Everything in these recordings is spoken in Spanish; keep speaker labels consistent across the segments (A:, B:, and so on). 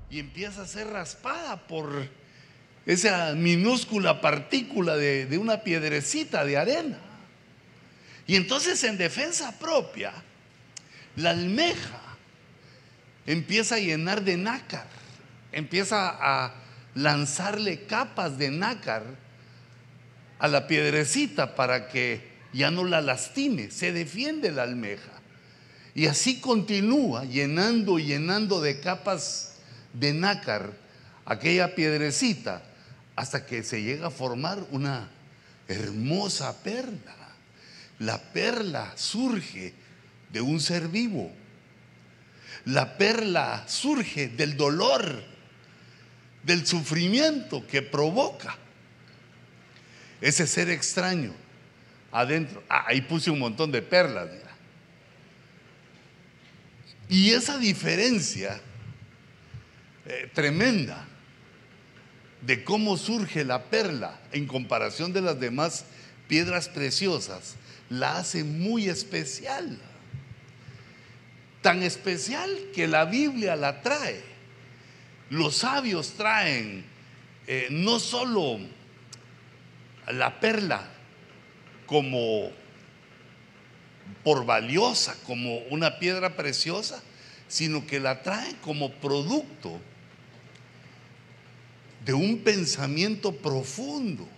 A: y empieza a ser raspada por esa minúscula partícula de una piedrecita de arena. Y entonces, en defensa propia, la almeja empieza a llenar de nácar, empieza a lanzarle capas de nácar a la piedrecita para que ya no la lastime. Se defiende la almeja. Y así continúa llenando y llenando de capas de nácar aquella piedrecita hasta que se llega a formar una hermosa perla. La perla surge de un ser vivo. La perla surge del dolor, del sufrimiento que provoca ese ser extraño adentro. Ahí puse un montón de perlas, mira. Y esa diferencia tremenda de cómo surge la perla en comparación de las demás piedras preciosas la hace muy especial. Tan especial que la Biblia la trae. Los sabios traen no solo la perla como por valiosa, como una piedra preciosa, sino que la traen como producto de un pensamiento profundo,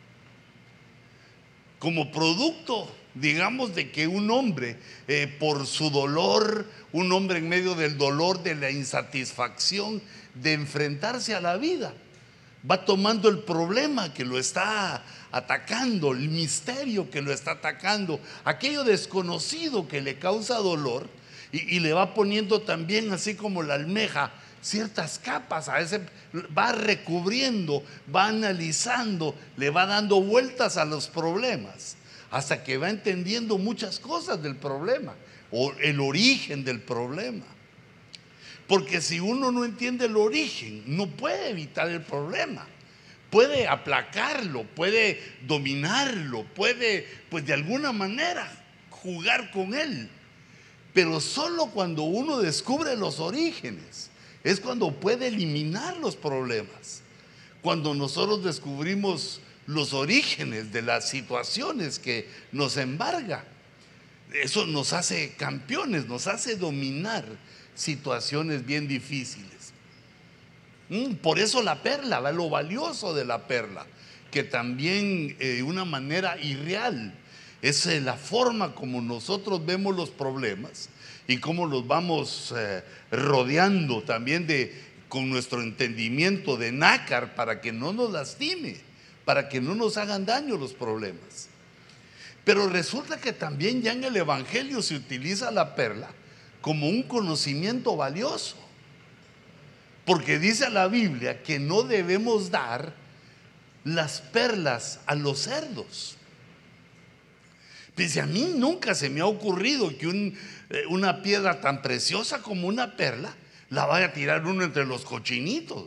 A: como producto, digamos, de que un hombre por su dolor, un hombre en medio del dolor, de la insatisfacción de enfrentarse a la vida, va tomando el problema que lo está atacando, el misterio que lo está atacando, aquello desconocido que le causa dolor, y le va poniendo también, así como la almeja, ciertas capas a ese, va recubriendo, va analizando, le va dando vueltas a los problemas, hasta que va entendiendo muchas cosas del problema, o el origen del problema. Porque si uno no entiende el origen, no puede evitar el problema. Puede aplacarlo, puede dominarlo, puede, pues de alguna manera, jugar con él. Pero solo cuando uno descubre los orígenes es cuando puede eliminar los problemas. Cuando nosotros descubrimos los orígenes de las situaciones que nos embarga, eso nos hace campeones, nos hace dominar situaciones bien difíciles. Por eso la perla, lo valioso de la perla, que también de una manera irreal es la forma como nosotros vemos los problemas y cómo los vamos rodeando también con nuestro entendimiento de nácar para que no nos lastime, para que no nos hagan daño los problemas. Pero resulta que también ya en el Evangelio se utiliza la perla como un conocimiento valioso, porque dice la Biblia que no debemos dar las perlas a los cerdos. Dice, a mí nunca se me ha ocurrido que una piedra tan preciosa como una perla la vaya a tirar uno entre los cochinitos.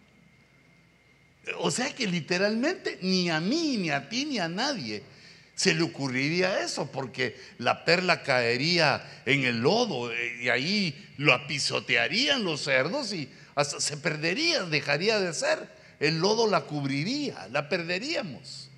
A: O sea que literalmente ni a mí, ni a ti, ni a nadie se le ocurriría eso, porque la perla caería en el lodo y ahí lo pisotearían los cerdos y hasta se perdería, dejaría de ser. El lodo la cubriría, la perderíamos.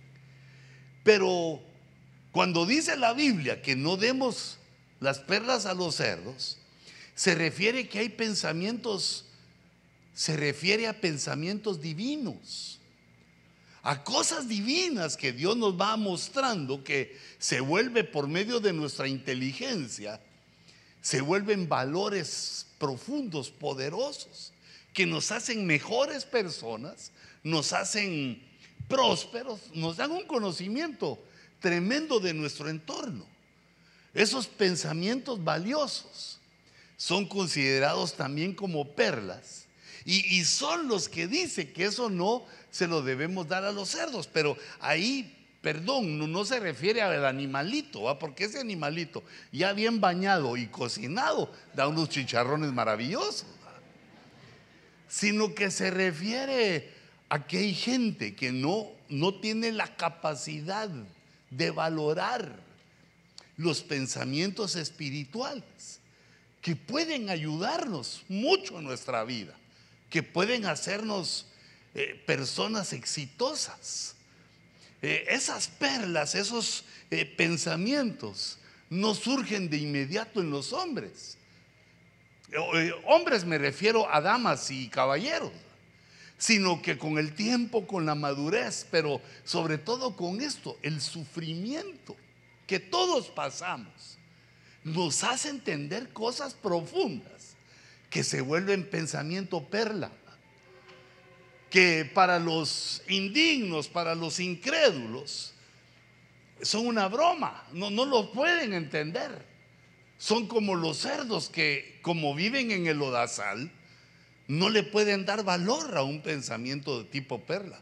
A: Pero cuando dice la Biblia que no demos las perlas a los cerdos, se refiere que hay pensamientos, se refiere a pensamientos divinos, a cosas divinas que Dios nos va mostrando, que se vuelve por medio de nuestra inteligencia, se vuelven valores profundos, poderosos, que nos hacen mejores personas, nos hacen prósperos, nos dan un conocimiento tremendo de nuestro entorno. Esos pensamientos valiosos son considerados también como perlas, y son los que dice que eso no se lo debemos dar a los cerdos. Pero ahí, perdón, no se refiere al animalito, ¿va? Porque ese animalito ya bien bañado y cocinado da unos chicharrones maravillosos, ¿va? Sino que se refiere a que hay gente que no tiene la capacidad de valorar los pensamientos espirituales que pueden ayudarnos mucho en nuestra vida. que pueden hacernos personas exitosas. Esas perlas, esos pensamientos no surgen de inmediato en los hombres. Hombres me refiero a damas y caballeros, sino que con el tiempo, con la madurez, pero sobre todo con esto, el sufrimiento que todos pasamos, nos hace entender cosas profundas que se vuelven pensamiento perla, que para los indignos, para los incrédulos, son una broma, no lo pueden entender. Son como los cerdos que, como viven en el lodazal, no le pueden dar valor a un pensamiento de tipo perla,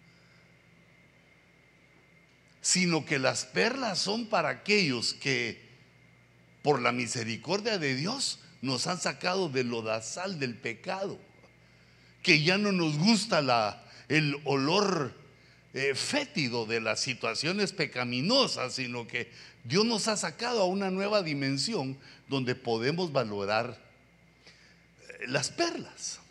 A: sino que las perlas son para aquellos que por la misericordia de Dios nos han sacado del lodazal del pecado, que ya no nos gusta el olor fétido de las situaciones pecaminosas, sino que Dios nos ha sacado a una nueva dimensión donde podemos valorar las perlas.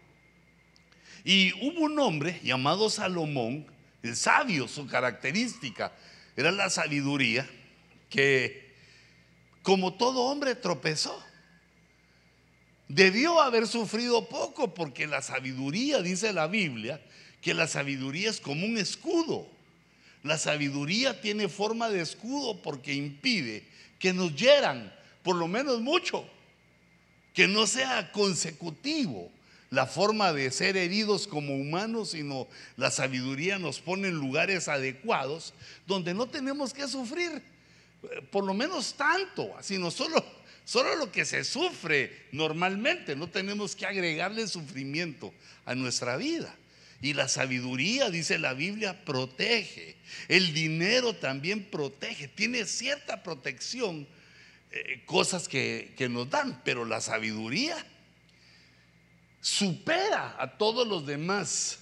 A: Y hubo un hombre llamado Salomón, el sabio, su característica era la sabiduría, que como todo hombre tropezó. Debió haber sufrido poco, porque la sabiduría, dice la Biblia, que la sabiduría es como un escudo. La sabiduría tiene forma de escudo porque impide que nos hieran, por lo menos mucho, que no sea consecutivo la forma de ser heridos como humanos, sino la sabiduría nos pone en lugares adecuados donde no tenemos que sufrir por lo menos tanto, sino solo lo que se sufre normalmente. No tenemos que agregarle sufrimiento a nuestra vida. Y la sabiduría, dice la Biblia, protege. El dinero también protege, tiene cierta protección, cosas que nos dan, pero la sabiduría supera a todos los demás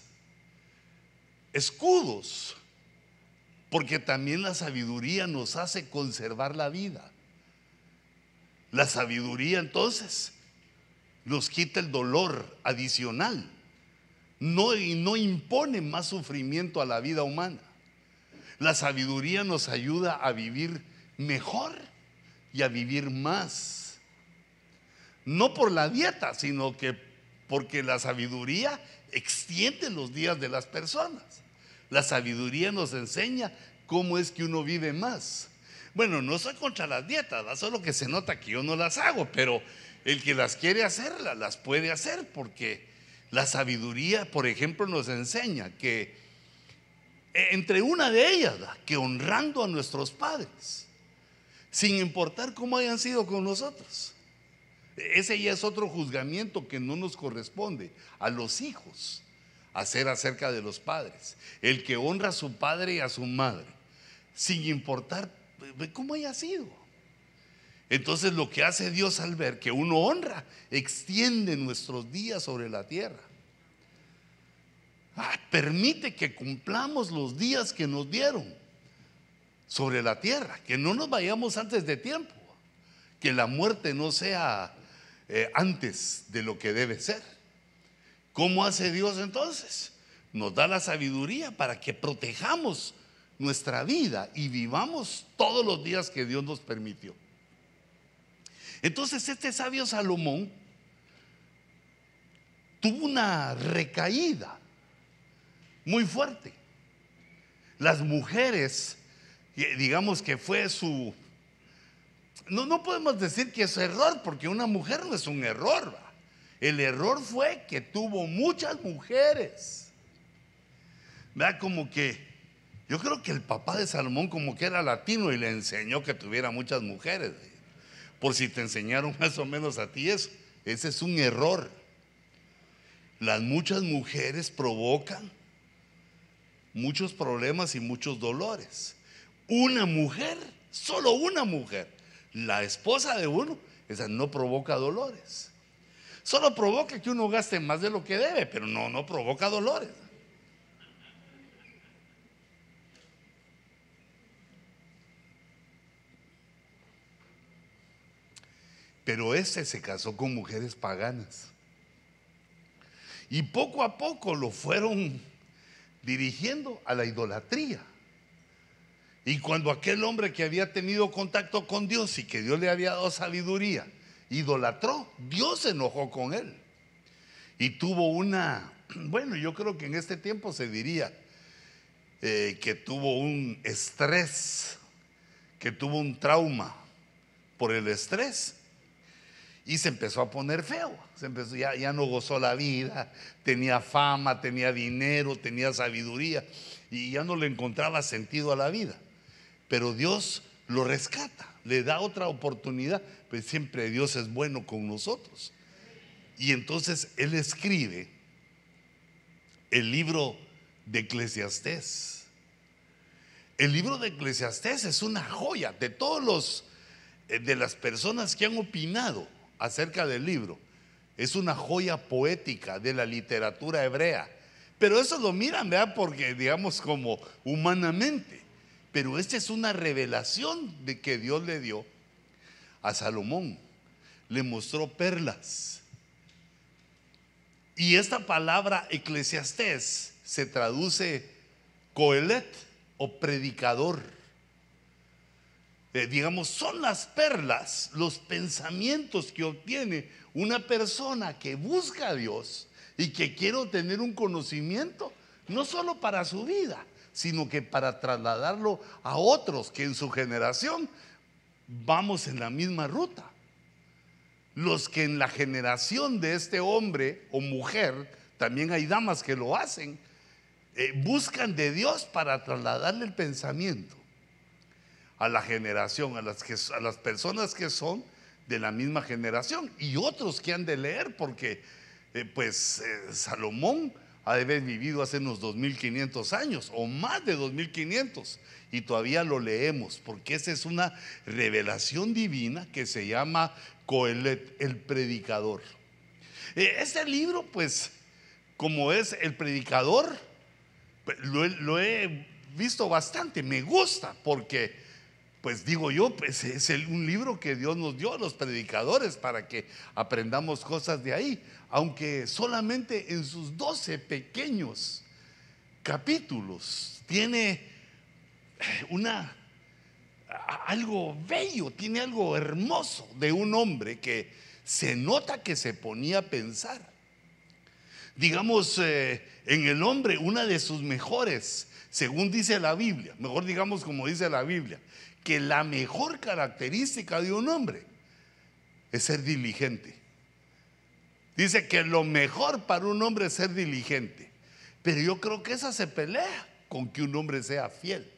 A: escudos, porque también la sabiduría nos hace conservar la vida. La sabiduría entonces nos quita el dolor adicional, y no impone más sufrimiento a la vida humana. La sabiduría nos ayuda a vivir mejor y a vivir más, no por la dieta, sino que porque la sabiduría extiende los días de las personas. La sabiduría nos enseña cómo es que uno vive más. Bueno, no soy contra las dietas, solo que se nota que yo no las hago, pero el que las quiere hacer, las puede hacer, porque la sabiduría, por ejemplo, nos enseña que entre una de ellas, que honrando a nuestros padres, sin importar cómo hayan sido con nosotros. Ese ya es otro juzgamiento que no nos corresponde a los hijos hacer acerca de los padres. El que honra a su padre y a su madre, sin importar cómo haya sido. Entonces lo que hace Dios al ver que uno honra, extiende nuestros días sobre la tierra. Permite que cumplamos los días que nos dieron sobre la tierra, que no nos vayamos antes de tiempo, que la muerte no sea antes de lo que debe ser. ¿Cómo hace Dios entonces? Nos da la sabiduría para que protejamos nuestra vida y vivamos todos los días que Dios nos permitió. Entonces este sabio Salomón tuvo una recaída muy fuerte. Las mujeres, digamos que fue su... No podemos decir que es error, porque una mujer no es un error, ¿va? El error fue que tuvo muchas mujeres. Vea, como que yo creo que el papá de Salomón como que era latino y le enseñó que tuviera muchas mujeres. Por si te enseñaron más o menos a ti eso, ese es un error. Las muchas mujeres provocan muchos problemas y muchos dolores. Una mujer, solo una mujer, la esposa de uno, esa no provoca dolores. Solo provoca que uno gaste más de lo que debe, pero no provoca dolores. Pero este se casó con mujeres paganas Y poco a poco lo fueron dirigiendo a la idolatría. Y cuando aquel hombre que había tenido contacto con Dios y que Dios le había dado sabiduría, idolatró, Dios se enojó con él. Y tuvo bueno, yo creo que en este tiempo se diría que tuvo un estrés, que tuvo un trauma por el estrés. Y se empezó a poner feo, ya no gozó la vida, tenía fama, tenía dinero, tenía sabiduría y ya no le encontraba sentido a la vida. Pero Dios lo rescata, le da otra oportunidad, pues siempre Dios es bueno con nosotros. Y entonces él escribe el libro de Eclesiastés. El libro de Eclesiastés es una joya de todos de las personas que han opinado acerca del libro. Es una joya poética de la literatura hebrea. Pero eso lo miran, ¿verdad? Porque digamos como humanamente. Pero esta es una revelación de que Dios le dio a Salomón. Le mostró perlas. Y esta palabra Eclesiastés se traduce Coelet o predicador. Digamos, son las perlas, los pensamientos que obtiene una persona que busca a Dios y que quiere tener un conocimiento, no solo para su vida, sino que para trasladarlo a otros que en su generación vamos en la misma ruta. Los que en la generación de este hombre o mujer, también hay damas que lo hacen, buscan de Dios para trasladarle el pensamiento a la generación, a las personas que son de la misma generación y otros que han de leer, porque Salomón ha de haber vivido hace unos 2500 años o más de 2500 y todavía lo leemos, porque esa es una revelación divina que se llama Coelet, el predicador. Este libro, pues, como es el predicador, lo he visto bastante, me gusta, porque pues digo yo, pues es un libro que Dios nos dio a los predicadores para que aprendamos cosas de ahí, aunque solamente en sus 12 pequeños capítulos tiene algo bello, tiene algo hermoso de un hombre que se nota que se ponía a pensar. Digamos, en el hombre, una de sus mejores, según dice la Biblia, mejor digamos como dice la Biblia, que la mejor característica de un hombre es ser diligente. Dice que lo mejor para un hombre es ser diligente, pero yo creo que esa se pelea con que un hombre sea fiel.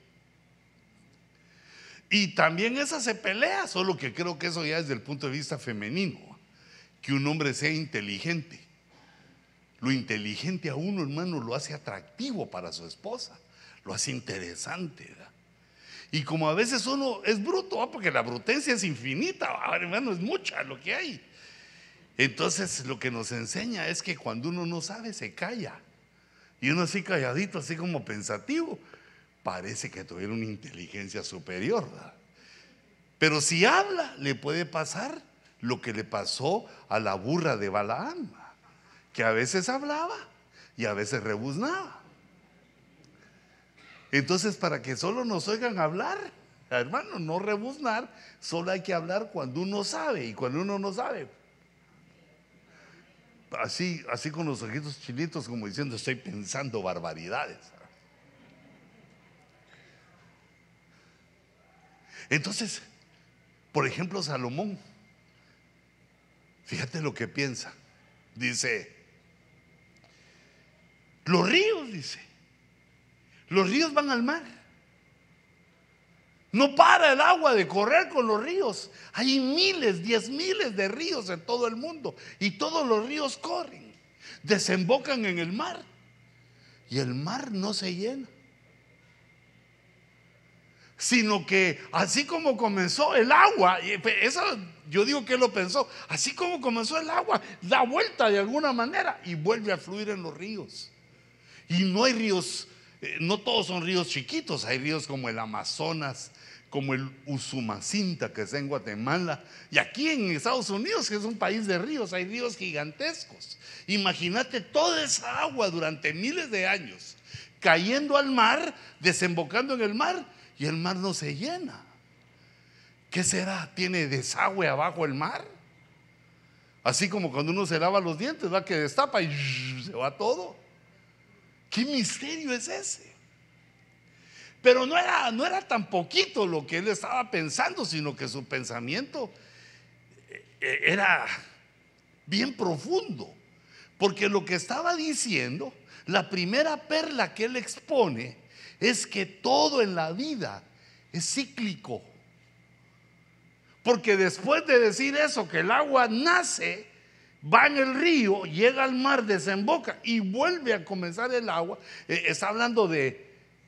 A: Y también esa se pelea, solo que creo que eso ya es desde el punto de vista femenino, que un hombre sea inteligente. Lo inteligente a uno, hermano, lo hace atractivo para su esposa, lo hace interesante, ¿verdad? Y como a veces uno es bruto, porque la brutencia es infinita, hermano, es mucha lo que hay. Entonces lo que nos enseña es que cuando uno no sabe se calla. Y uno así calladito, así como pensativo, parece que tuviera una inteligencia superior, ¿verdad? Pero si habla, le puede pasar lo que le pasó a la burra de Balaam, que a veces hablaba y a veces rebuznaba. Entonces, para que solo nos oigan hablar, hermano, no rebuznar, solo hay que hablar cuando uno sabe, y cuando uno no sabe, así con los ojitos chinitos, como diciendo, estoy pensando barbaridades. Entonces, por ejemplo, Salomón, fíjate lo que piensa. Dice, los ríos, dice, los ríos van al mar. No para el agua de correr con los ríos. Hay miles, 10,000 de ríos en todo el mundo y todos los ríos corren, desembocan en el mar y el mar no se llena, sino que así como comenzó el agua, eso yo digo que él lo pensó, así como comenzó el agua, da vuelta de alguna manera y vuelve a fluir en los ríos. Y no hay ríos No todos son ríos chiquitos, hay ríos como el Amazonas, como el Usumacinta, que está en Guatemala, y aquí en Estados Unidos, que es un país de ríos, hay ríos gigantescos. Imagínate toda esa agua durante miles de años cayendo al mar, desembocando en el mar, y el mar no se llena. ¿Qué será? ¿Tiene desagüe abajo el mar? Así como cuando uno se lava los dientes, ¿verdad? Que destapa y se va todo. ¿Qué misterio es ese? Pero no era tan poquito lo que él estaba pensando, sino que su pensamiento era bien profundo. Porque lo que estaba diciendo, la primera perla que él expone, es que todo en la vida es cíclico. Porque después de decir eso, que el agua nace, va en el río, llega al mar, desemboca y vuelve a comenzar el agua, está hablando de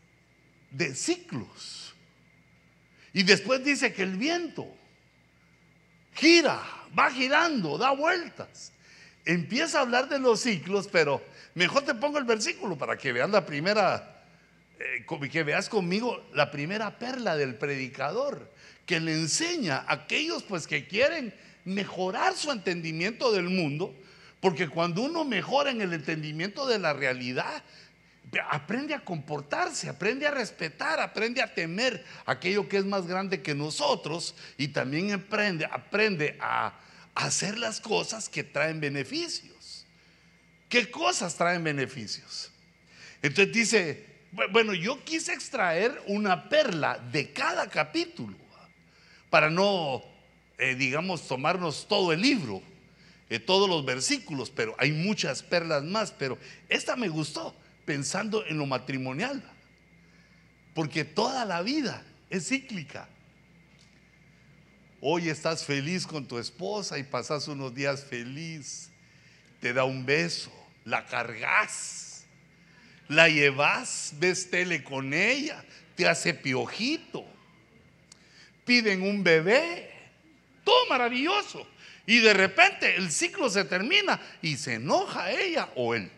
A: ciclos. Y después dice que el viento gira, va girando, da vueltas. Empieza a hablar de los ciclos, pero mejor te pongo el versículo para que veas la primera, que veas conmigo la primera perla del predicador, que le enseña a aquellos pues que quieren mejorar su entendimiento del mundo, porque cuando uno mejora en el entendimiento de la realidad, aprende a comportarse, aprende a respetar, aprende a temer aquello que es más grande que nosotros, y también aprende a hacer las cosas que traen beneficios. ¿Qué cosas traen beneficios? Entonces dice, bueno, yo quise extraer una perla de cada capítulo para no, digamos, tomarnos todo el libro, todos los versículos, pero hay muchas perlas más, pero esta me gustó pensando en lo matrimonial, porque toda la vida es cíclica. Hoy estás feliz con tu esposa y pasas unos días feliz, te da un beso, la cargas, la llevas, ves tele con ella, te hace piojito, piden un bebé, todo maravilloso, y de repente el ciclo se termina y se enoja ella o él.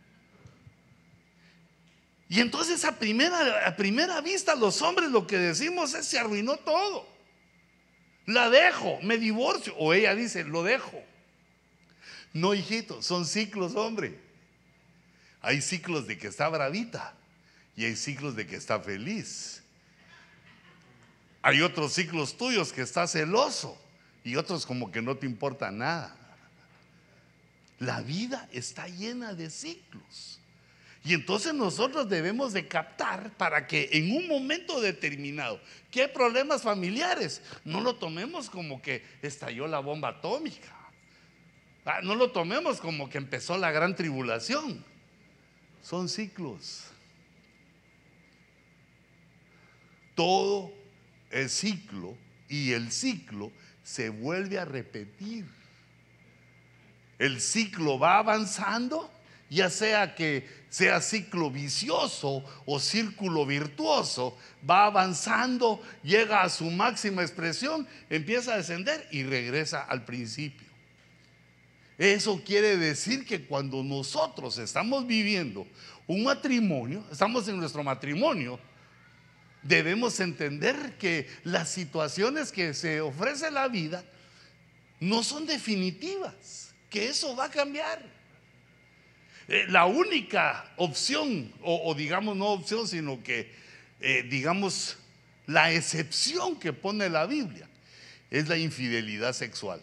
A: Y entonces a primera vista los hombres lo que decimos es: se arruinó todo, la dejo, me divorcio, o ella dice: lo dejo. No, hijito, son ciclos, hombre. Hay ciclos de que está bravita y hay ciclos de que está feliz. Hay otros ciclos tuyos que está celoso y otros como que no te importa nada. La vida está llena de ciclos. Y entonces nosotros debemos de captar para que en un momento determinado que hay problemas familiares, no lo tomemos como que estalló la bomba atómica. No lo tomemos como que empezó la gran tribulación. Son ciclos. Todo es ciclo y el ciclo se vuelve a repetir. El ciclo va avanzando, ya sea que sea ciclo vicioso o círculo virtuoso, va avanzando, llega a su máxima expresión, empieza a descender y regresa al principio. Eso quiere decir que cuando nosotros estamos viviendo un matrimonio, estamos en nuestro matrimonio, debemos entender que las situaciones que se ofrece la vida no son definitivas, que eso va a cambiar. La única opción, o digamos no opción, sino que digamos la excepción que pone la Biblia, es la infidelidad sexual.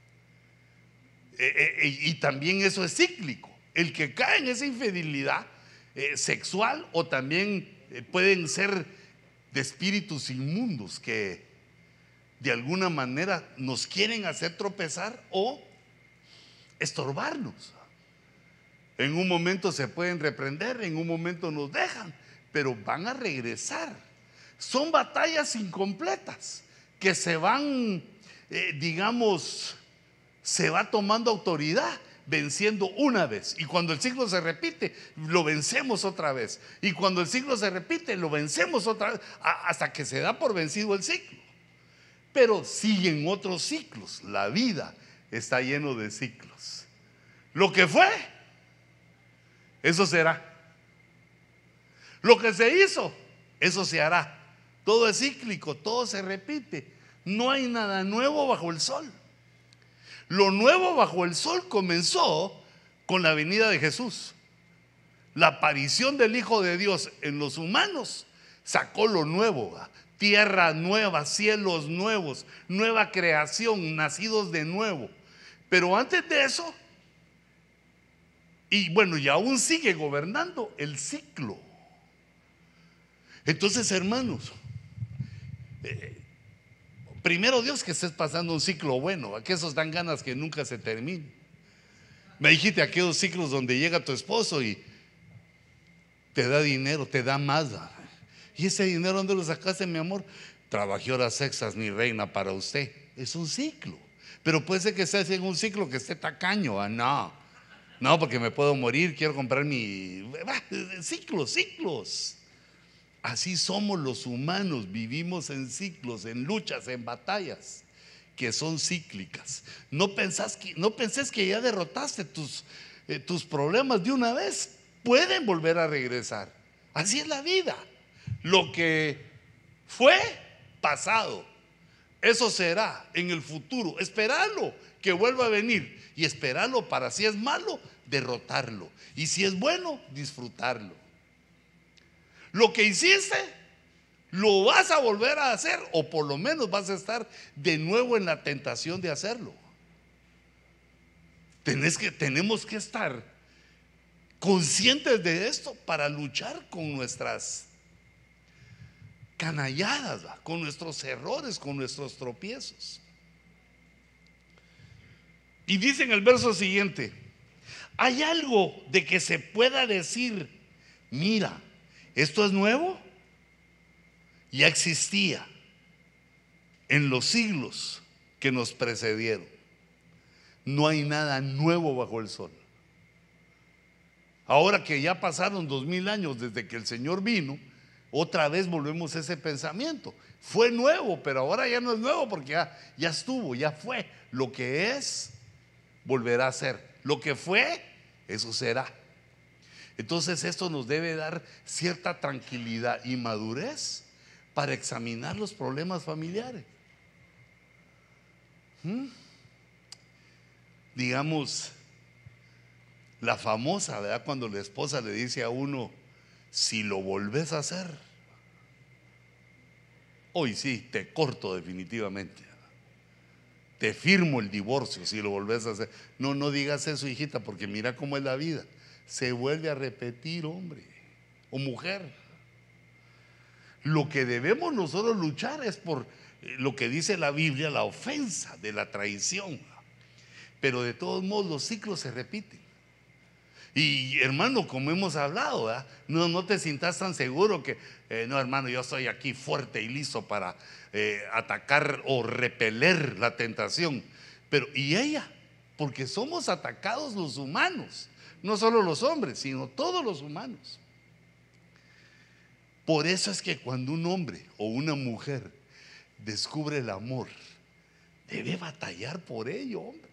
A: Y también eso es cíclico. El que cae en esa infidelidad sexual, o también pueden ser de espíritus inmundos que de alguna manera nos quieren hacer tropezar o estorbarnos. En un momento se pueden reprender, en un momento nos dejan, pero van a regresar. Son batallas incompletas que se van, digamos, se va tomando autoridad, venciendo una vez, y cuando el ciclo se repite lo vencemos otra vez, y cuando el ciclo se repite lo vencemos otra vez, hasta que se da por vencido el ciclo. Pero siguen otros ciclos. La vida está lleno de ciclos. Lo que fue, eso será. Lo que se hizo, eso se hará. Todo es cíclico, todo se repite. No hay nada nuevo bajo el sol. Lo nuevo bajo el sol comenzó con la venida de Jesús. La aparición del Hijo de Dios en los humanos sacó lo nuevo, tierra nueva, cielos nuevos, nueva creación, nacidos de nuevo. Pero antes de eso, y bueno, y aún sigue gobernando el ciclo. Entonces, hermanos, primero Dios que estés pasando un ciclo bueno, que esos dan ganas que nunca se termine. Me dijiste aquellos ciclos donde llega tu esposo y te da dinero, te da más. ¿Y ese dinero dónde lo sacaste, mi amor? Trabajé horas extras, mi reina, para usted. Es un ciclo. Pero puede ser que estés en un ciclo que esté tacaño. No, porque me puedo morir, quiero comprar mi... Ciclos. Así somos los humanos, vivimos en ciclos, en luchas, en batallas que son cíclicas. No penses que ya derrotaste tus problemas de una vez. Pueden volver a regresar. Así es la vida. Lo que fue pasado, eso será en el futuro. Esperarlo que vuelva a venir y esperarlo para, si es malo, derrotarlo, y si es bueno, disfrutarlo. Lo que hiciste lo vas a volver a hacer, o por lo menos vas a estar de nuevo en la tentación de hacerlo. Tenemos que estar conscientes de esto para luchar con nuestras canalladas, con nuestros errores, con nuestros tropiezos. Y dice en el verso siguiente: ¿hay algo de que se pueda decir, mira, esto es nuevo? Ya existía en los siglos que nos precedieron. No hay nada nuevo bajo el sol. Ahora que ya pasaron 2000 años desde que el Señor vino, otra vez volvemos a ese pensamiento. Fue nuevo, pero ahora ya no es nuevo porque ya estuvo, ya fue. Lo que es, volverá a ser. Lo que fue, eso será. Entonces esto nos debe dar cierta tranquilidad y madurez para examinar los problemas familiares. Digamos, la famosa, ¿verdad? Cuando la esposa le dice a uno: si lo volvés a hacer, hoy sí, te corto definitivamente. Te firmo el divorcio si lo volvés a hacer. No digas eso, hijita, porque mira cómo es la vida. Se vuelve a repetir, hombre o mujer. Lo que debemos nosotros luchar es por lo que dice la Biblia, la ofensa de la traición. Pero de todos modos los ciclos se repiten. Y hermano, como hemos hablado, ¿verdad? No te sientas tan seguro que no, hermano, yo estoy aquí fuerte y listo para atacar o repeler la tentación. Pero y ella, porque somos atacados los humanos, no solo los hombres, sino todos los humanos. Por eso es que cuando un hombre o una mujer descubre el amor, debe batallar por ello, hombre.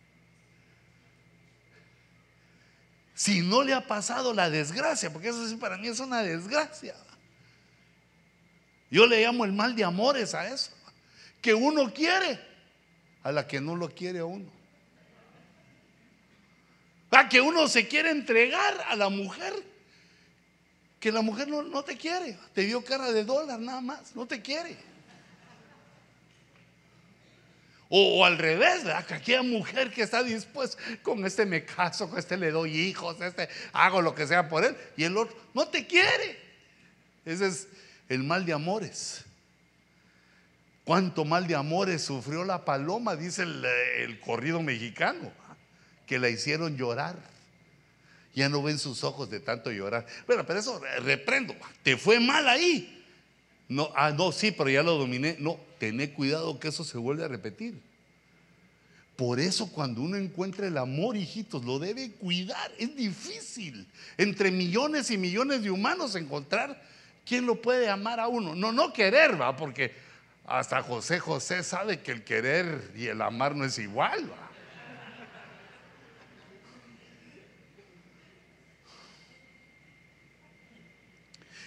A: Si no le ha pasado la desgracia, porque eso sí para mí es una desgracia. Yo le llamo el mal de amores a eso, que uno quiere a la que no lo quiere a uno. A que uno se quiere entregar a la mujer, que la mujer no te quiere, te dio cara de dólar nada más, no te quiere. O al revés, ¿verdad? Que aquella mujer que está dispuesta, con este me caso, con este le doy hijos, hago lo que sea por él, y el otro no te quiere. Ese es el mal de amores. ¿Cuánto mal de amores sufrió la paloma? Dice el corrido mexicano, que la hicieron llorar. Ya no ven sus ojos de tanto llorar. Bueno, pero eso reprendo. Te fue mal ahí. No, sí, pero ya lo dominé. No, tené cuidado que eso se vuelve a repetir. Por eso cuando uno encuentra el amor, hijitos, lo debe cuidar. Es difícil entre millones y millones de humanos encontrar quién lo puede amar a uno. No querer, va, porque hasta José sabe que el querer y el amar no es igual, va.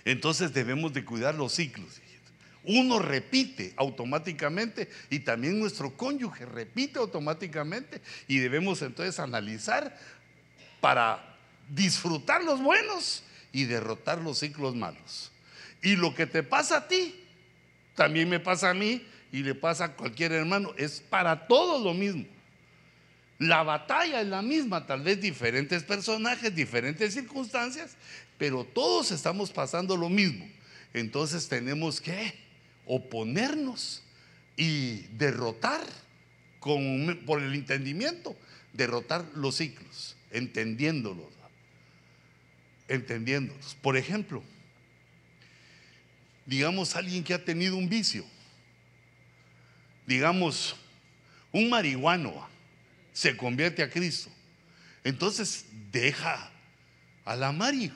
A: Entonces debemos de cuidar los ciclos. Uno repite automáticamente y también nuestro cónyuge repite automáticamente, y debemos entonces analizar para disfrutar los buenos y derrotar los ciclos malos. Y lo que te pasa a ti también me pasa a mí y le pasa a cualquier hermano. Es para todos lo mismo. La batalla es la misma, tal vez diferentes personajes, diferentes circunstancias, pero todos estamos pasando lo mismo. Entonces tenemos que oponernos y derrotar por el entendimiento, derrotar los ciclos, entendiéndolos. Por ejemplo, digamos alguien que ha tenido un vicio, digamos un marihuano, se convierte a Cristo, entonces deja a la Mari.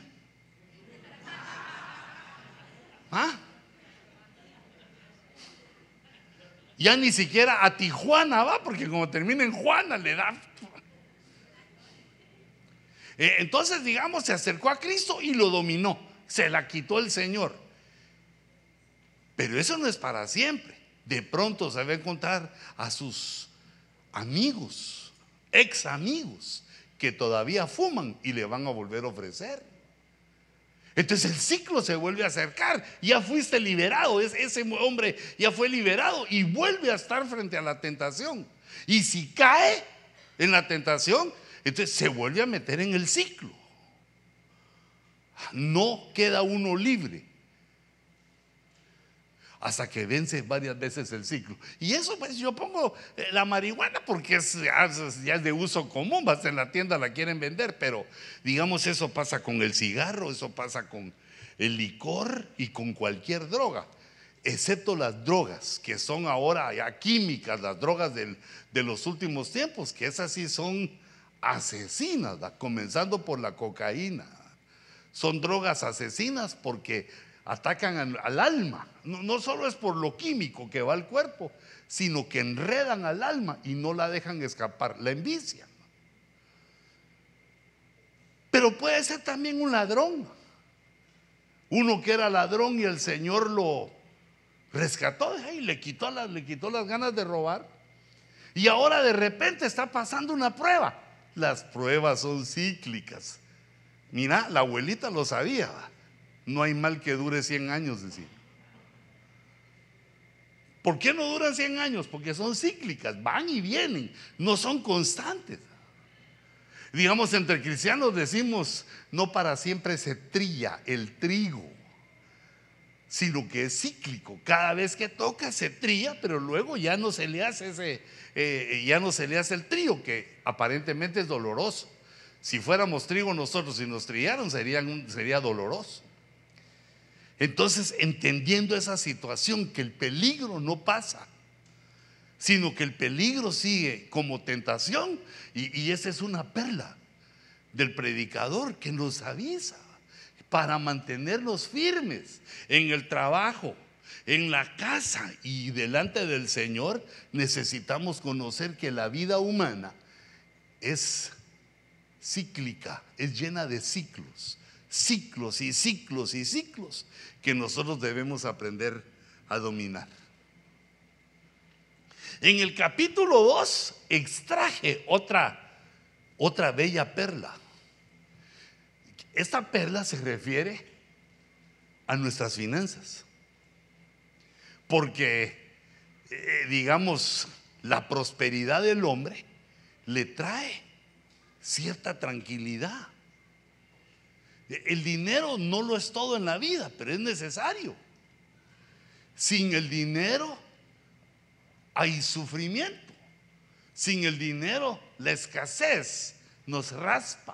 A: Ya ni siquiera a Tijuana va, porque como termina en Juana le da. Entonces, digamos, se acercó a Cristo y lo dominó, se la quitó el Señor. Pero eso no es para siempre. De pronto se va a encontrar a sus amigos, ex amigos, que todavía fuman y le van a volver a ofrecer. Entonces el ciclo se vuelve a acercar. Ya fuiste liberado, ese hombre ya fue liberado y vuelve a estar frente a la tentación. Y si cae en la tentación, entonces se vuelve a meter en el ciclo. No queda uno libre hasta que vence varias veces el ciclo. Y eso, pues yo pongo la marihuana porque ya es de uso común, vas en la tienda, la quieren vender, pero digamos eso pasa con el cigarro, eso pasa con el licor y con cualquier droga, excepto las drogas que son ahora ya químicas, las drogas de los últimos tiempos, que esas sí son asesinas, ¿verdad? Comenzando por la cocaína. Son drogas asesinas porque atacan al alma. No solo es por lo químico que va al cuerpo, sino que enredan al alma y no la dejan escapar, la envician. Pero puede ser también un ladrón, uno que era ladrón y el Señor lo rescató y le quitó las ganas de robar, y ahora de repente está pasando una prueba. Las pruebas son cíclicas. Mira, la abuelita lo sabía. No hay mal que dure 100 años, decía. ¿Por qué no duran 100 años? Porque son cíclicas, van y vienen, no son constantes. Digamos, entre cristianos decimos, no para siempre se trilla el trigo, sino que es cíclico. Cada vez que toca se trilla, pero luego ya no se le hace ya no se le hace el trigo, que aparentemente es doloroso. Si fuéramos trigo nosotros y nos trillaron, sería doloroso. Entonces, entendiendo esa situación, que el peligro no pasa, sino que el peligro sigue como tentación, y esa es una perla del predicador que nos avisa para mantenernos firmes en el trabajo, en la casa y delante del Señor. Necesitamos conocer que la vida humana es cíclica, es llena de ciclos y ciclos y ciclos que nosotros debemos aprender a dominar. En el capítulo 2 extraje otra bella perla. Esta perla se refiere a nuestras finanzas, porque digamos, la prosperidad del hombre le trae cierta tranquilidad. El dinero no lo es todo en la vida, pero es necesario. Sin el dinero hay sufrimiento. Sin el dinero la escasez nos raspa.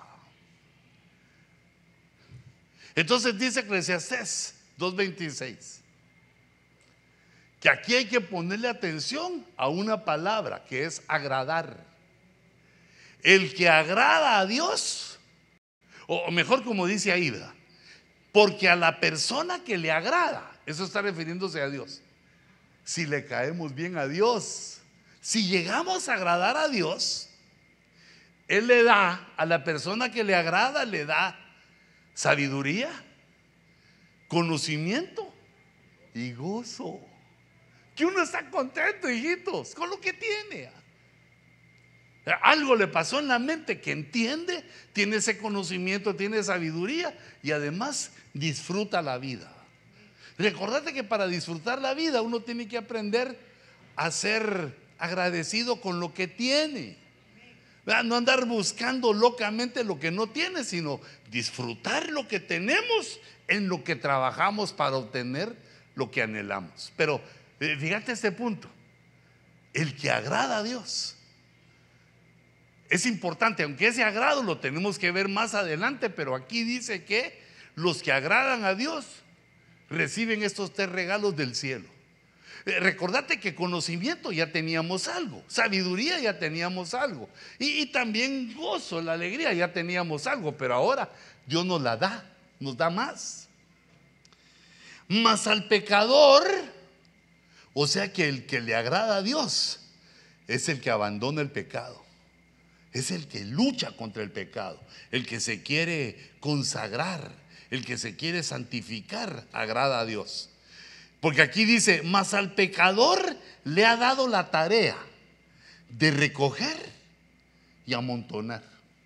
A: Entonces dice Eclesiastés 2:26 que aquí hay que ponerle atención a una palabra que es agradar. El que agrada a Dios, o mejor como dice ahí, ¿verdad? Porque a la persona que le agrada, eso está refiriéndose a Dios. Si le caemos bien a Dios, si llegamos a agradar a Dios, Él le da a la persona que le agrada, le da sabiduría, conocimiento y gozo. Que uno está contento, hijitos, con lo que tiene. Algo le pasó en la mente que entiende, tiene ese conocimiento, tiene sabiduría y además disfruta la vida. Recordate que para disfrutar la vida uno tiene que aprender a ser agradecido con lo que tiene. No andar buscando locamente lo que no tiene, sino disfrutar lo que tenemos en lo que trabajamos para obtener lo que anhelamos. Pero fíjate este punto: el que agrada a Dios es importante, aunque ese agrado lo tenemos que ver más adelante, pero aquí dice que los que agradan a Dios reciben estos 3 regalos del cielo. Recordate que conocimiento ya teníamos algo, sabiduría ya teníamos algo, y también gozo, la alegría ya teníamos algo, pero ahora Dios nos la da, nos da más. Mas al pecador, o sea que el que le agrada a Dios es el que abandona el pecado. Es el que lucha contra el pecado, el que se quiere consagrar, el que se quiere santificar, agrada a Dios. Porque aquí dice: mas al pecador le ha dado la tarea de recoger y amontonar.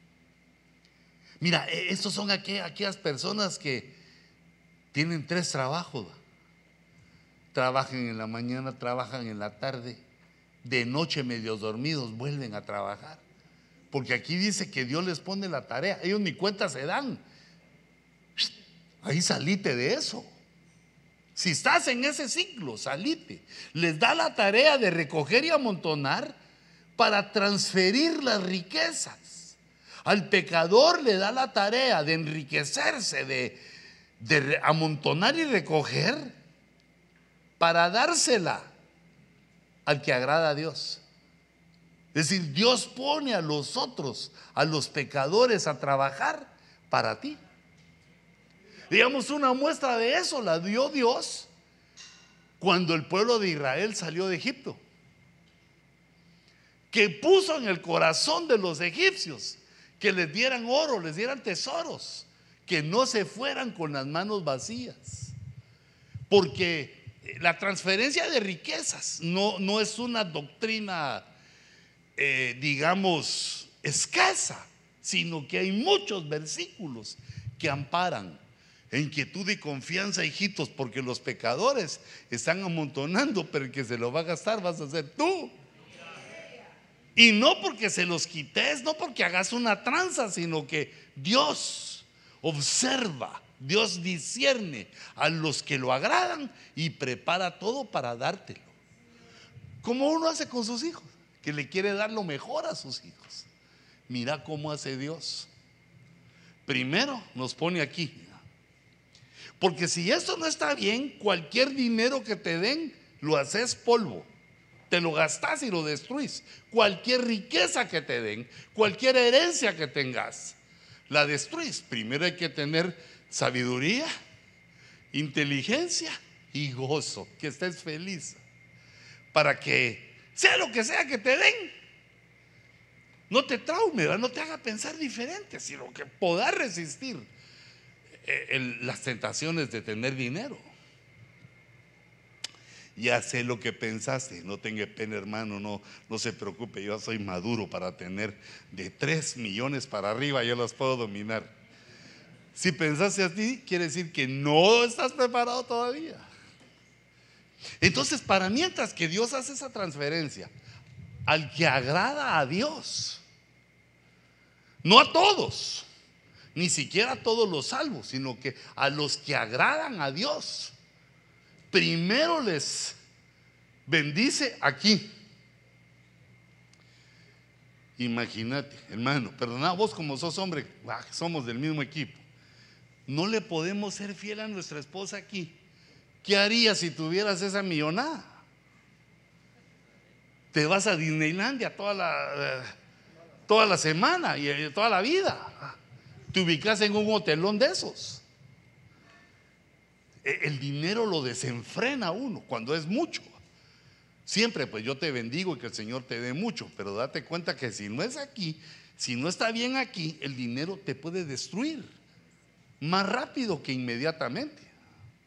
A: Mira, estos son aquellas personas que tienen 3 trabajos. Trabajan en la mañana, trabajan en la tarde, de noche medios dormidos vuelven a trabajar. Porque aquí dice que Dios les pone la tarea, ellos ni cuenta se dan. Ahí salite de eso. Si estás en ese ciclo, salite. Les da la tarea de recoger y amontonar para transferir las riquezas. Al pecador le da la tarea de enriquecerse, de amontonar y recoger para dársela al que agrada a Dios. Es decir, Dios pone a los otros, a los pecadores, a trabajar para ti. Digamos, una muestra de eso la dio Dios cuando el pueblo de Israel salió de Egipto, que puso en el corazón de los egipcios que les dieran oro, les dieran tesoros, que no se fueran con las manos vacías. Porque la transferencia de riquezas no es una doctrina digamos escasa, sino que hay muchos versículos que amparan en quietud y confianza, hijitos, porque los pecadores están amontonando, pero el que se lo va a gastar vas a ser tú. Y no porque se los quites, no porque hagas una tranza, sino que Dios observa, Dios discierne a los que lo agradan y prepara todo para dártelo, como uno hace con sus hijos, que le quiere dar lo mejor a sus hijos. Mira cómo hace Dios. Primero nos pone aquí, porque si esto no está bien, cualquier dinero que te den lo haces polvo, te lo gastas y lo destruís. Cualquier riqueza que te den, cualquier herencia que tengas, la destruís. Primero hay que tener sabiduría, inteligencia y gozo, que estés feliz, para que sea lo que sea que te den, no te traume, no te haga pensar diferente, sino que puedas resistir las tentaciones de tener dinero. Ya sé lo que pensaste, no tenga pena, hermano, no se preocupe, yo soy maduro para tener de 3 millones para arriba, yo los puedo dominar. Si pensaste así, quiere decir que no estás preparado todavía. Entonces, para mientras que Dios hace esa transferencia al que agrada a Dios, no a todos, ni siquiera a todos los salvos, sino que a los que agradan a Dios, primero les bendice aquí. Imagínate, hermano, perdona, vos como sos hombre, somos del mismo equipo, no le podemos ser fiel a nuestra esposa aquí. ¿Qué harías si tuvieras esa millonada? Te vas a Disneylandia toda la semana y toda la vida. Te ubicas en un hotelón de esos. El dinero lo desenfrena a uno cuando es mucho. Siempre pues yo te bendigo y que el Señor te dé mucho, pero date cuenta que si no es aquí, si no está bien aquí, el dinero te puede destruir más rápido que inmediatamente.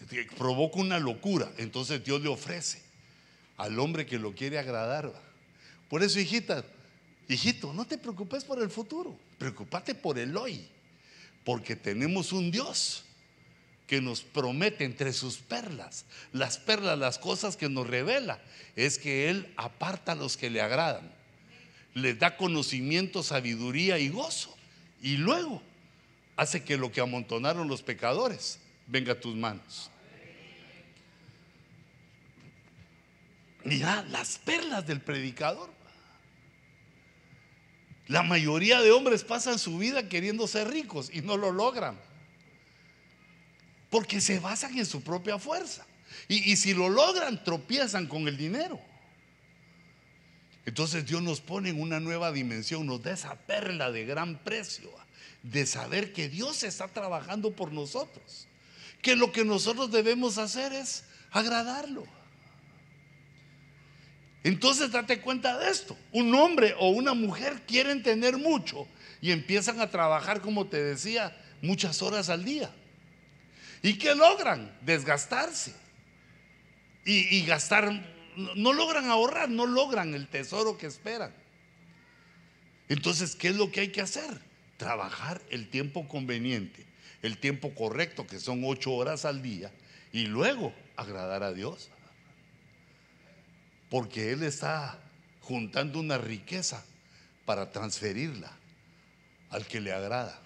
A: provoca una locura. Entonces Dios le ofrece al hombre que lo quiere agradar. Por eso, hijito, no te preocupes por el futuro, preocúpate por el hoy, porque tenemos un Dios que nos promete entre sus perlas, las cosas que nos revela, es que Él aparta a los que le agradan, les da conocimiento, sabiduría y gozo, y luego hace que lo que amontonaron los pecadores venga a tus manos. Mira las perlas del predicador. La mayoría de hombres pasan su vida queriendo ser ricos y no lo logran, porque se basan en su propia fuerza, y si lo logran tropiezan con el dinero. Entonces Dios nos pone en una nueva dimensión, nos da esa perla de gran precio, de saber que Dios está trabajando por nosotros, que lo que nosotros debemos hacer es agradarlo. Entonces date cuenta de esto: un hombre o una mujer quieren tener mucho y empiezan a trabajar, como te decía, muchas horas al día. ¿Y qué logran? Desgastarse y gastar. No logran ahorrar, no logran el tesoro que esperan. Entonces, ¿qué es lo que hay que hacer? Trabajar el tiempo conveniente, el tiempo correcto, que son 8 horas al día, y luego agradar a Dios, porque Él está juntando una riqueza para transferirla al que le agrada.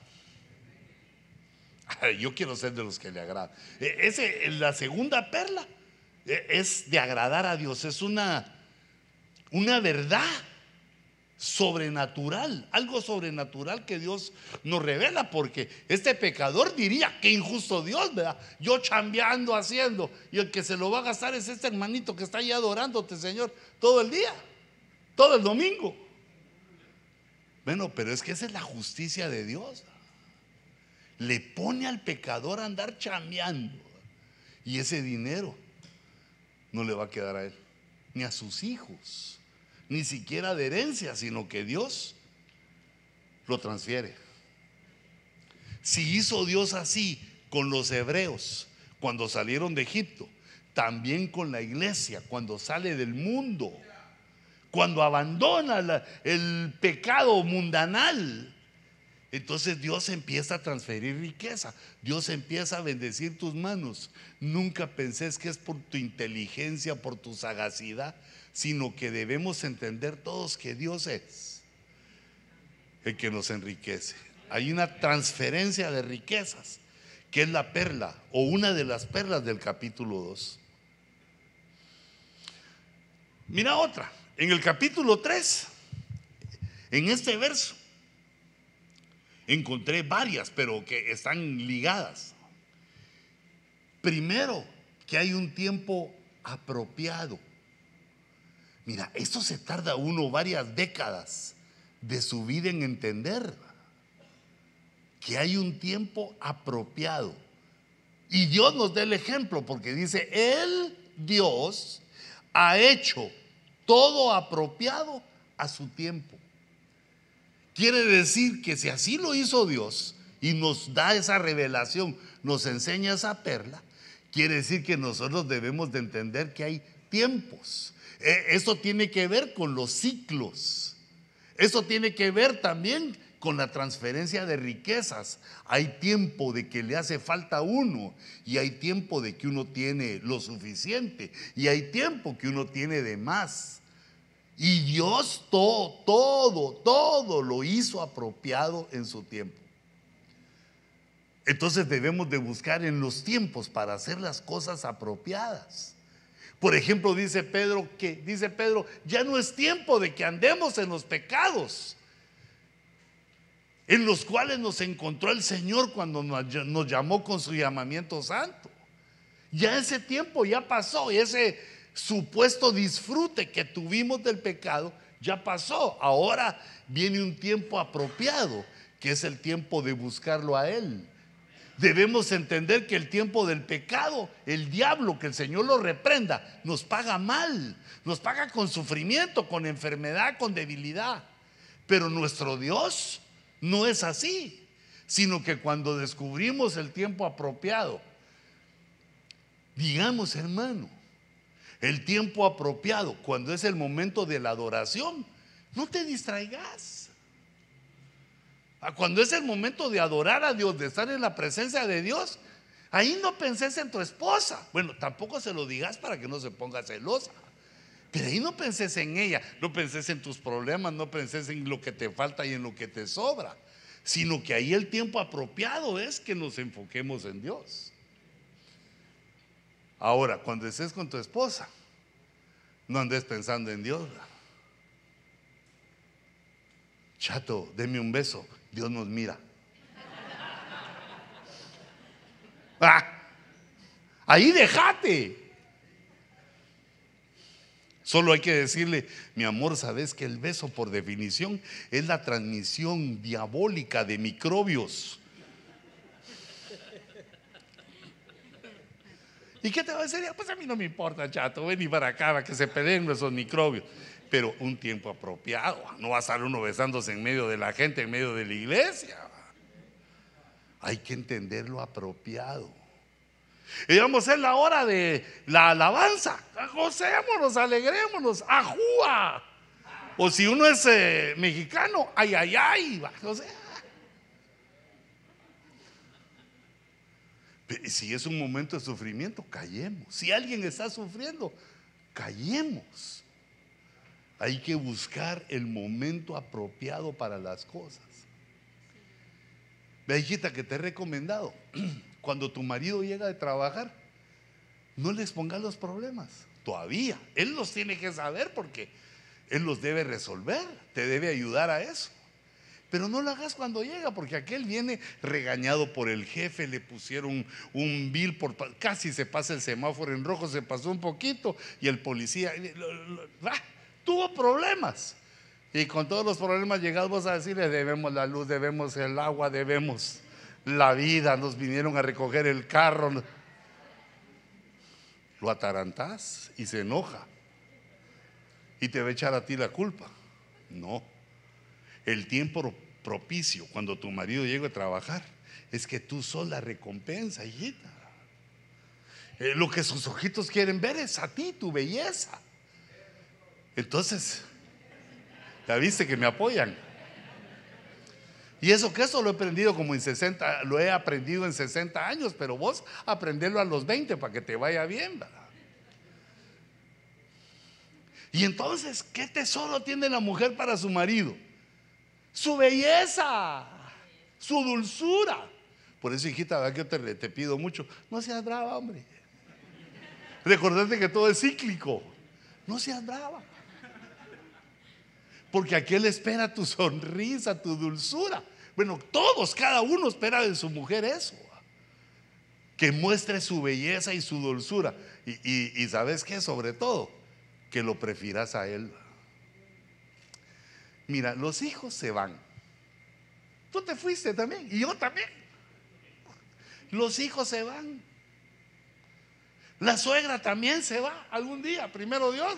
A: Yo quiero ser de los que le agrada. La segunda perla es de agradar a Dios. Es una verdad sobrenatural, algo sobrenatural que Dios nos revela, porque este pecador diría: qué injusto Dios, ¿verdad? Yo chambeando, haciendo, y el que se lo va a gastar es este hermanito que está ahí adorándote, Señor, todo el día, todo el domingo. Bueno, pero es que esa es la justicia de Dios. Le pone al pecador a andar chambeando, y ese dinero no le va a quedar a él, ni a sus hijos, ni siquiera de herencia, sino que Dios lo transfiere. Si hizo Dios así con los hebreos cuando salieron de Egipto, también con la iglesia cuando sale del mundo, cuando abandona el pecado mundanal. Entonces Dios empieza a transferir riqueza, Dios empieza a bendecir tus manos. Nunca penses que es por tu inteligencia, por tu sagacidad, sino que debemos entender todos que Dios es el que nos enriquece. Hay una transferencia de riquezas, que es la perla, o una de las perlas del capítulo 2. Mira otra, en el capítulo 3, en este verso encontré varias, pero que están ligadas. Primero, que hay un tiempo apropiado. Mira, esto se tarda uno varias décadas de su vida en entender que hay un tiempo apropiado. Y Dios nos da el ejemplo, porque dice: Él, Dios, ha hecho todo apropiado a su tiempo. Quiere decir que si así lo hizo Dios y nos da esa revelación, nos enseña esa perla, quiere decir que nosotros debemos de entender que hay tiempos. Eso tiene que ver con los ciclos. Eso tiene que ver también con la transferencia de riquezas. Hay tiempo de que le hace falta a uno, y hay tiempo de que uno tiene lo suficiente, y hay tiempo que uno tiene de más. Y Dios todo lo hizo apropiado en su tiempo. Entonces debemos de buscar en los tiempos para hacer las cosas apropiadas. Por ejemplo, dice Pedro, ya no es tiempo de que andemos en los pecados en los cuales nos encontró el Señor cuando nos llamó con su llamamiento santo. Ya ese tiempo ya pasó, y ese supuesto disfrute que tuvimos del pecado ya pasó. Ahora viene un tiempo apropiado, que es el tiempo de buscarlo a Él. Debemos entender que el tiempo del pecado, el diablo, que el Señor lo reprenda, nos paga mal, nos paga con sufrimiento, con enfermedad, con debilidad. Pero nuestro Dios no es así, sino que cuando descubrimos el tiempo apropiado, Digamos, hermano, el tiempo apropiado, cuando es el momento de la adoración, no te distraigas. Cuando es el momento de adorar a Dios, de estar en la presencia de Dios, ahí no penses en tu esposa. Bueno, tampoco se lo digas para que no se ponga celosa. Pero ahí no penses en ella, no penses en tus problemas, no penses en lo que te falta y en lo que te sobra, sino que ahí el tiempo apropiado es que nos enfoquemos en Dios. Ahora, cuando estés con tu esposa, no andes pensando en Dios. Chato, deme un beso, Dios nos mira. Ahí déjate. Solo hay que decirle: mi amor, sabes que el beso por definición es la transmisión diabólica de microbios. ¿Y qué te va a decir? Pues a mí no me importa, chato, ven y para acá, para que se peleen esos microbios. Pero un tiempo apropiado, no va a estar uno besándose en medio de la gente, en medio de la iglesia. Hay que entender lo apropiado. Y vamos a hacer la hora de la alabanza. Gocémonos, alegrémonos, ajúa. O si uno es mexicano, ay, ay, ay. O sea, si es un momento de sufrimiento, callemos. Si alguien está sufriendo, callemos. Hay que buscar el momento apropiado para las cosas. Ve, hijita, que te he recomendado, cuando tu marido llega de trabajar, no les pongas los problemas todavía. Él los tiene que saber porque él los debe resolver, te debe ayudar a eso. Pero no lo hagas cuando llega, porque aquel viene regañado por el jefe, le pusieron un bill casi se pasa el semáforo en rojo, se pasó un poquito y el policía tuvo problemas. Y con todos los problemas llegamos a decirle: debemos la luz, debemos el agua, debemos la vida, nos vinieron a recoger el carro. Lo atarantás y se enoja y te va a echar a ti la culpa. No, el tiempo propicio cuando tu marido llegue a trabajar es que tú sos la recompensa, hijita. Lo que sus ojitos quieren ver es a ti, tu belleza. Entonces, ya viste que me apoyan. Y eso lo he aprendido como en 60, lo he aprendido en 60 años, pero vos aprenderlo a los 20 para que te vaya bien, ¿verdad? Y entonces, ¿qué tesoro tiene la mujer para su marido? Su belleza, su dulzura. Por eso, hijita, ¿verdad? Que te pido mucho, no seas brava, hombre. Recordate que todo es cíclico. No seas brava, porque aquel espera tu sonrisa, tu dulzura. Bueno, todos, cada uno espera de su mujer eso, que muestre su belleza y su dulzura. Y ¿sabes qué? Sobre todo, que lo prefieras a él. Mira, los hijos se van. Tú te fuiste también y yo también. Los hijos se van. La suegra también se va algún día, primero Dios.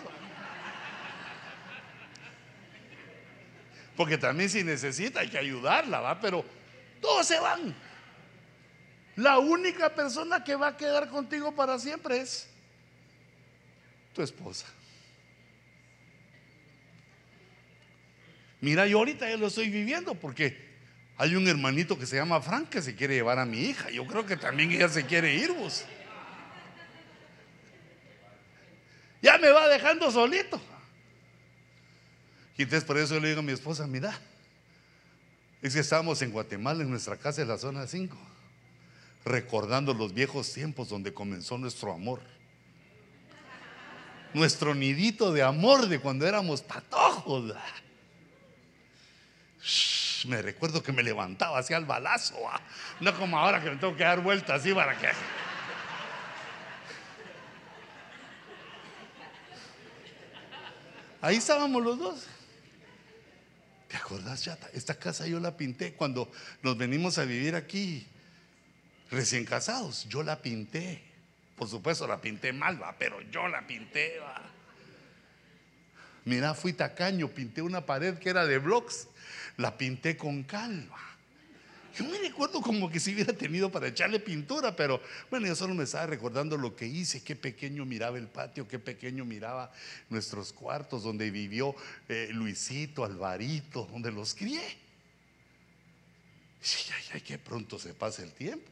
A: Porque también si necesita hay que ayudarla, ¿va? Pero todos se van. La única persona que va a quedar contigo para siempre es tu esposa. Mira, yo ahorita ya lo estoy viviendo porque hay un hermanito que se llama Frank que se quiere llevar a mi hija. Yo creo que también ella se quiere ir, vos. Ya me va dejando solito. Y entonces por eso le digo a mi esposa: mira, es que estábamos en Guatemala, en nuestra casa en la zona 5, recordando los viejos tiempos donde comenzó nuestro amor, nuestro nidito de amor de cuando éramos patojos. Me recuerdo que me levantaba hacia el balazo, no como ahora que me tengo que dar vueltas así para que. Ahí estábamos los dos. ¿Te acordás, chata? Esta casa yo la pinté cuando nos venimos a vivir aquí recién casados. Yo la pinté. Por supuesto la pinté mal, ¿va? Pero yo la pinté, ¿va? Mira, fui tacaño, pinté una pared que era de blocks, la pinté con cal, ¿va? Yo me recuerdo como que si hubiera tenido para echarle pintura, pero bueno, yo solo me estaba recordando lo que hice, qué pequeño miraba el patio, qué pequeño miraba nuestros cuartos donde vivió Luisito, Alvarito, donde los crié. Ay, que pronto se pasa el tiempo.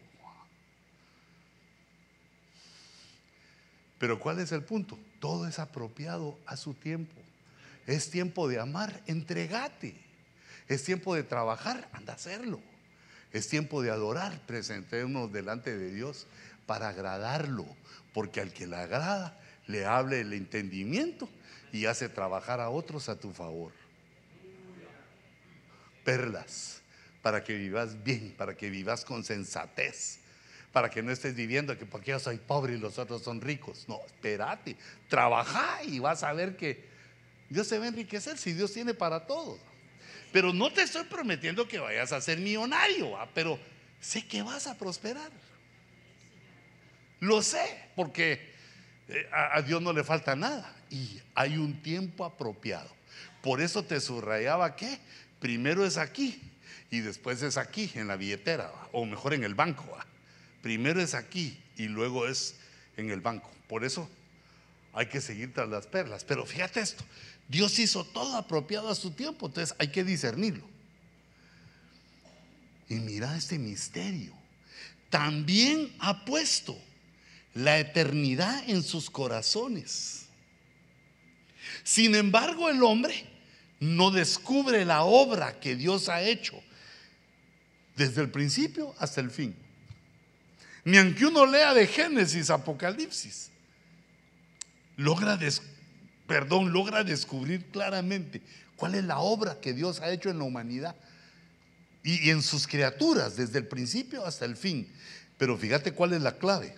A: Pero ¿cuál es el punto? Todo es apropiado a su tiempo. Es tiempo de amar, entregate. Es tiempo de trabajar, anda a hacerlo. Es tiempo de adorar, presentémonos delante de Dios para agradarlo, porque al que le agrada le hable el entendimiento y hace trabajar a otros a tu favor. Perlas para que vivas bien, para que vivas con sensatez, para que no estés viviendo que porque yo soy pobre y los otros son ricos. No, espérate, trabaja y vas a ver que Dios se va a enriquecer si Dios tiene para todos. Pero no te estoy prometiendo que vayas a ser millonario, ¿va? Pero sé que vas a prosperar. Lo sé, porque a Dios no le falta nada y hay un tiempo apropiado. Por eso te subrayaba que primero es aquí y después es aquí en la billetera, ¿va? O mejor en el banco, ¿va? Primero es aquí y luego es en el banco. Por eso hay que seguir tras las perlas. Pero fíjate esto, Dios hizo todo apropiado a su tiempo, entonces hay que discernirlo. Y mira este misterio. También ha puesto la eternidad en sus corazones. Sin embargo, el hombre no descubre la obra que Dios ha hecho desde el principio hasta el fin. Ni aunque uno lea de Génesis, Apocalipsis, logra descubrir claramente cuál es la obra que Dios ha hecho en la humanidad y en sus criaturas desde el principio hasta el fin. Pero fíjate cuál es la clave.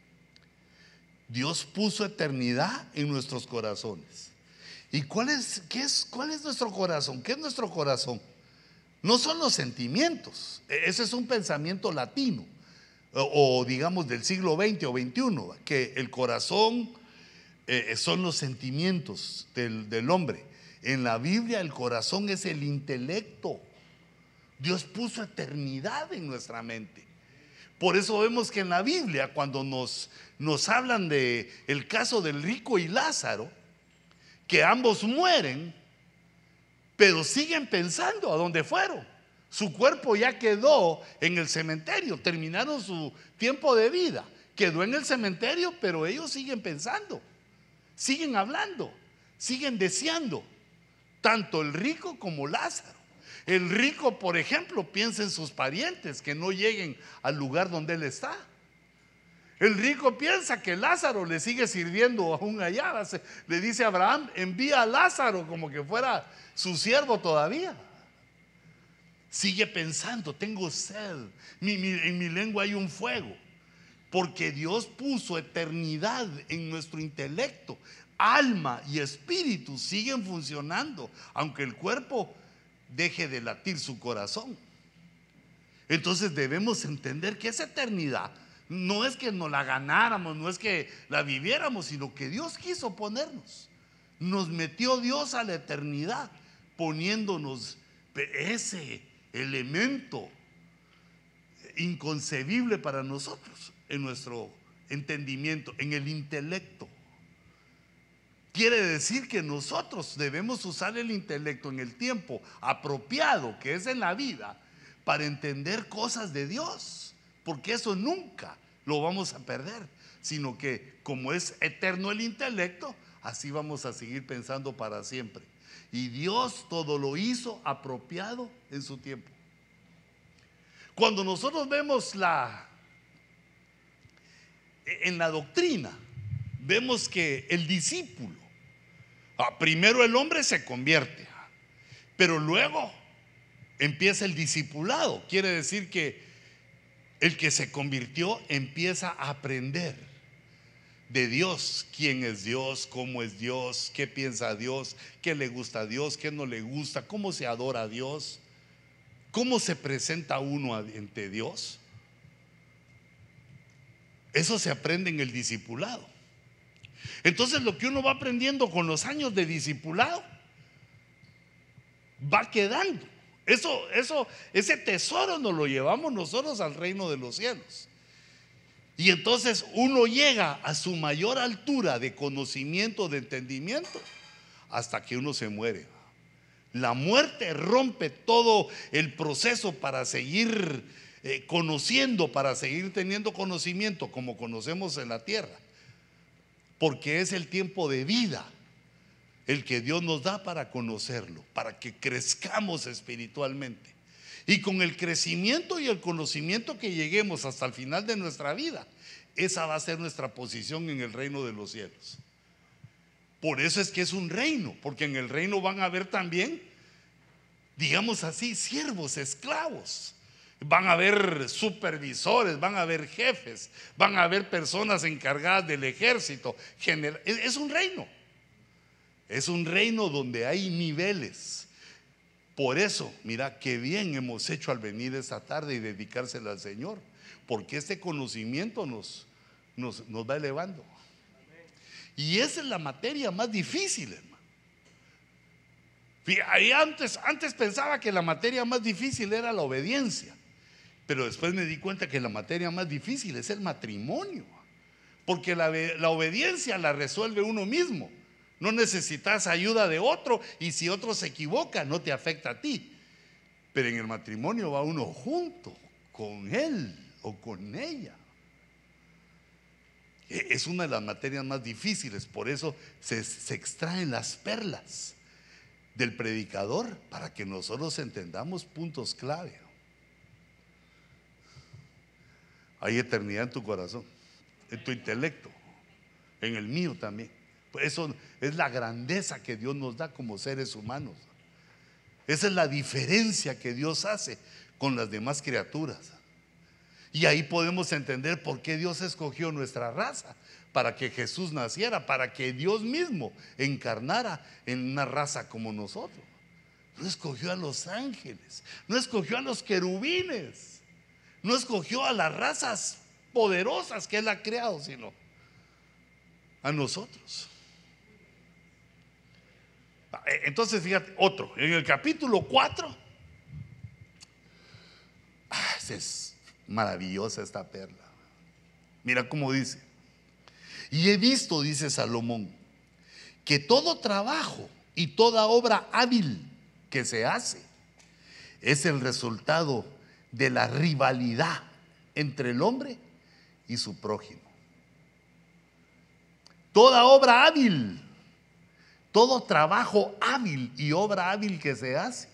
A: Dios puso eternidad en nuestros corazones. ¿Y cuál es nuestro corazón? ¿Qué es nuestro corazón? No son los sentimientos. Ese es un pensamiento latino o digamos del siglo XX o XXI, que el corazón son los sentimientos del hombre. En la Biblia el corazón es el intelecto. Dios puso eternidad en nuestra mente. Por eso vemos que en la Biblia cuando nos hablan de el caso del rico y Lázaro, que ambos mueren, pero siguen pensando a dónde fueron. Su cuerpo ya quedó en el cementerio, terminaron su tiempo de vida, quedó en el cementerio, pero ellos siguen pensando, siguen hablando, siguen deseando, tanto el rico como Lázaro. El rico, por ejemplo, piensa en sus parientes que no lleguen al lugar donde él está. El rico piensa que Lázaro le sigue sirviendo aún allá. Le dice a Abraham: envía a Lázaro como que fuera su siervo todavía. Sigue pensando: tengo sed, en mi lengua hay un fuego. Porque Dios puso eternidad en nuestro intelecto. Alma y espíritu siguen funcionando, aunque el cuerpo deje de latir su corazón. Entonces debemos entender que esa eternidad no es que nos la ganáramos, no es que la viviéramos, sino que Dios quiso ponernos. Nos metió Dios a la eternidad, poniéndonos ese elemento inconcebible para nosotros en nuestro entendimiento, en el intelecto. Quiere decir que nosotros debemos usar el intelecto en el tiempo apropiado, que es en la vida, para entender cosas de Dios, porque eso nunca lo vamos a perder, sino que como es eterno el intelecto, así vamos a seguir pensando para siempre. Y Dios todo lo hizo apropiado en su tiempo. Cuando nosotros vemos en la doctrina, vemos que el discípulo, primero el hombre se convierte, pero luego empieza el discipulado. Quiere decir que el que se convirtió empieza a aprender de Dios: quién es Dios, cómo es Dios, qué piensa Dios, qué le gusta a Dios, qué no le gusta, cómo se adora a Dios, cómo se presenta uno ante Dios. Eso se aprende en el discipulado. Entonces lo que uno va aprendiendo con los años de discipulado va quedando Ese tesoro nos lo llevamos nosotros al reino de los cielos. Y entonces uno llega a su mayor altura de conocimiento, de entendimiento, hasta que uno se muere. La muerte rompe todo el proceso para seguir conociendo, para seguir teniendo conocimiento como conocemos en la tierra, porque es el tiempo de vida el que Dios nos da para conocerlo, para que crezcamos espiritualmente. Y con el crecimiento y el conocimiento que lleguemos hasta el final de nuestra vida, esa va a ser nuestra posición en el reino de los cielos. Por eso es que es un reino, porque en el reino van a haber también, digamos así, siervos, esclavos. Van a haber supervisores, van a haber jefes, van a haber personas encargadas del ejército. Es un reino. Es un reino donde hay niveles. Por eso, mira qué bien hemos hecho al venir esta tarde y dedicárselo al Señor, porque este conocimiento nos va elevando. Y esa es la materia más difícil, hermano. Antes pensaba que la materia más difícil era la obediencia, pero después me di cuenta que la materia más difícil es el matrimonio, porque la obediencia la resuelve uno mismo. No necesitas ayuda de otro, y si otro se equivoca no te afecta a ti. Pero en el matrimonio va uno junto con él o con ella. Es una de las materias más difíciles. Por eso se extraen las perlas del predicador, para que nosotros entendamos puntos clave. Hay eternidad en tu corazón, en tu intelecto, en el mío también. Eso es la grandeza que Dios nos da como seres humanos. Esa es la diferencia que Dios hace con las demás criaturas. Y ahí podemos entender por qué Dios escogió nuestra raza, para que Jesús naciera, para que Dios mismo encarnara en una raza como nosotros. No escogió a los ángeles, no escogió a los querubines, no escogió a las razas poderosas que Él ha creado, sino a nosotros. Entonces fíjate, otro, en el capítulo 4, es maravillosa esta perla. Mira cómo dice: y he visto, dice Salomón, que todo trabajo y toda obra hábil que se hace es el resultado de la rivalidad entre el hombre y su prójimo. Toda obra hábil, todo trabajo hábil y obra hábil que se hace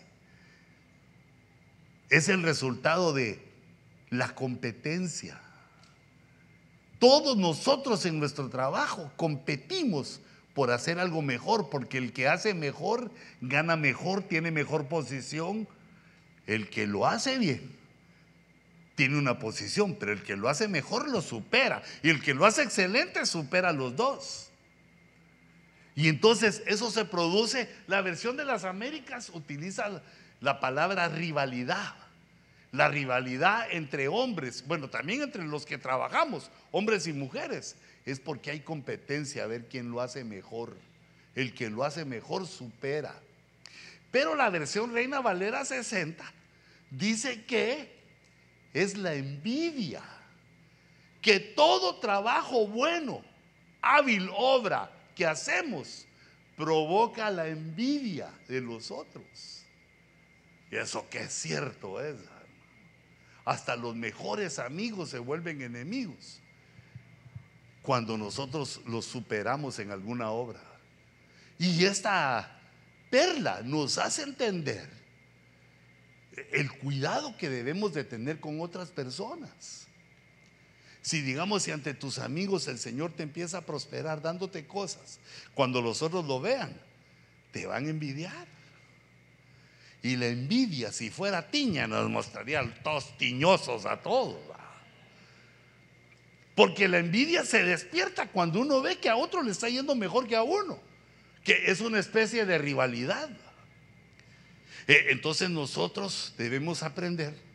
A: es el resultado de la competencia. Todos nosotros en nuestro trabajo competimos por hacer algo mejor, porque el que hace mejor gana mejor, tiene mejor posición. El que lo hace bien tiene una posición, pero el que lo hace mejor lo supera, y el que lo hace excelente supera a los dos. Y entonces eso se produce. La versión de las Américas utiliza la palabra rivalidad. La rivalidad entre hombres, bueno, también entre los que trabajamos, hombres y mujeres, es porque hay competencia a ver quién lo hace mejor. El que lo hace mejor supera. Pero la versión Reina Valera 60 dice que es la envidia, que todo trabajo bueno, hábil obra que hacemos provoca la envidia de los otros. Y eso que es cierto es. Hasta los mejores amigos se vuelven enemigos cuando nosotros los superamos en alguna obra. Y esta perla nos hace entender el cuidado que debemos de tener con otras personas. Si digamos, si ante tus amigos el Señor te empieza a prosperar dándote cosas, cuando los otros lo vean, te van a envidiar. Y la envidia, si fuera tiña, nos mostraría todos tiñosos a todos. Porque la envidia se despierta cuando uno ve que a otro le está yendo mejor que a uno, que es una especie de rivalidad. Entonces nosotros debemos aprender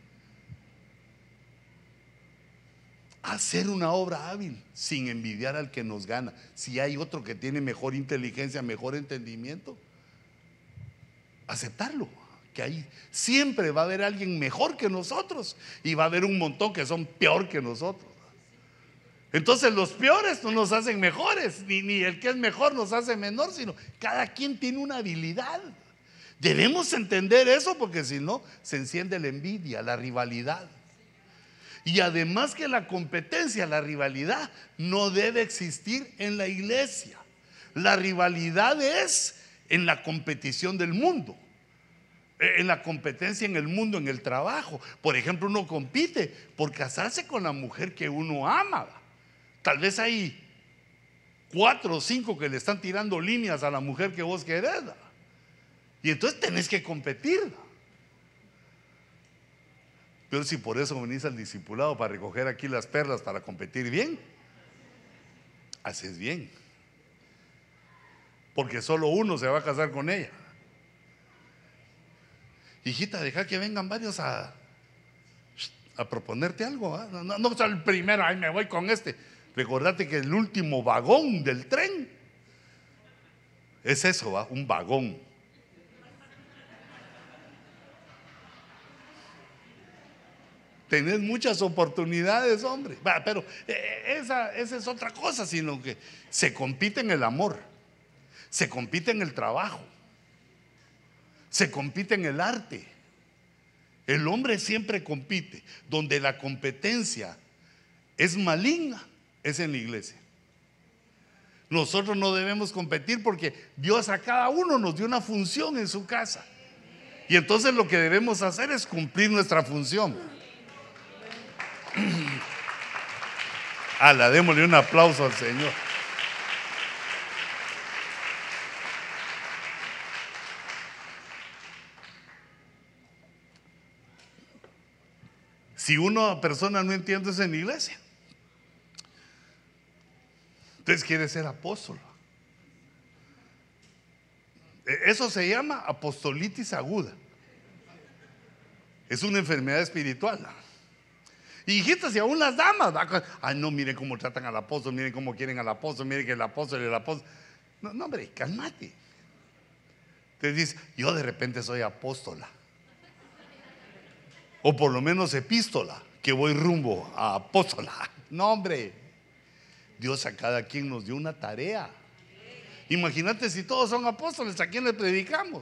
A: hacer una obra hábil sin envidiar al que nos gana. Si hay otro que tiene mejor inteligencia, mejor entendimiento, aceptarlo, que ahí siempre va a haber alguien mejor que nosotros y va a haber un montón que son peor que nosotros. Entonces los peores no nos hacen mejores, ni el que es mejor nos hace menor, sino cada quien tiene una habilidad. Debemos entender eso, porque si no se enciende la envidia, la rivalidad. Y además que la competencia, la rivalidad no debe existir en la iglesia. La rivalidad es en la competición del mundo, en la competencia en el mundo, en el trabajo. Por ejemplo, uno compite por casarse con la mujer que uno ama. Tal vez hay 4 o 5 que le están tirando líneas a la mujer que vos querés, y entonces tenés que competir. Pero si por eso venís al discipulado, para recoger aquí las perlas, para competir bien, haces bien, porque solo uno se va a casar con ella. Hijita, deja que vengan varios a proponerte algo, ¿eh? No soy el primero, ay, me voy con este. Recordate que el último vagón del tren es eso, ¿va? Un vagón. Tenés muchas oportunidades, hombre. Pero esa es otra cosa, sino que se compite en el amor, se compite en el trabajo, se compite en el arte. El hombre siempre compite. Donde la competencia es maligna es en la iglesia. Nosotros no debemos competir, porque Dios a cada uno nos dio una función en su casa, y entonces lo que debemos hacer es cumplir nuestra función. Démosle un aplauso al Señor. Si una persona no entiende eso en la iglesia, entonces quiere ser apóstol. Eso se llama apostolitis aguda. Es una enfermedad espiritual. Y hijitas, y aún las damas, ay, no, miren cómo tratan al apóstol, miren cómo quieren al apóstol, miren que el apóstol y el apóstol. No, hombre, cálmate. Entonces dice, yo de repente soy apóstola, o por lo menos epístola, que voy rumbo a apóstola. No, hombre, Dios a cada quien nos dio una tarea. Imagínate si todos son apóstoles, ¿a quién le predicamos?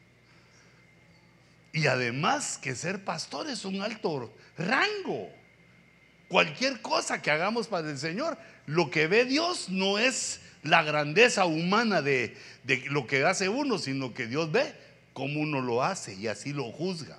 A: Y además que ser pastor es un alto rango. Cualquier cosa que hagamos para el Señor, lo que ve Dios no es la grandeza humana de lo que hace uno, sino que Dios ve cómo uno lo hace y así lo juzga.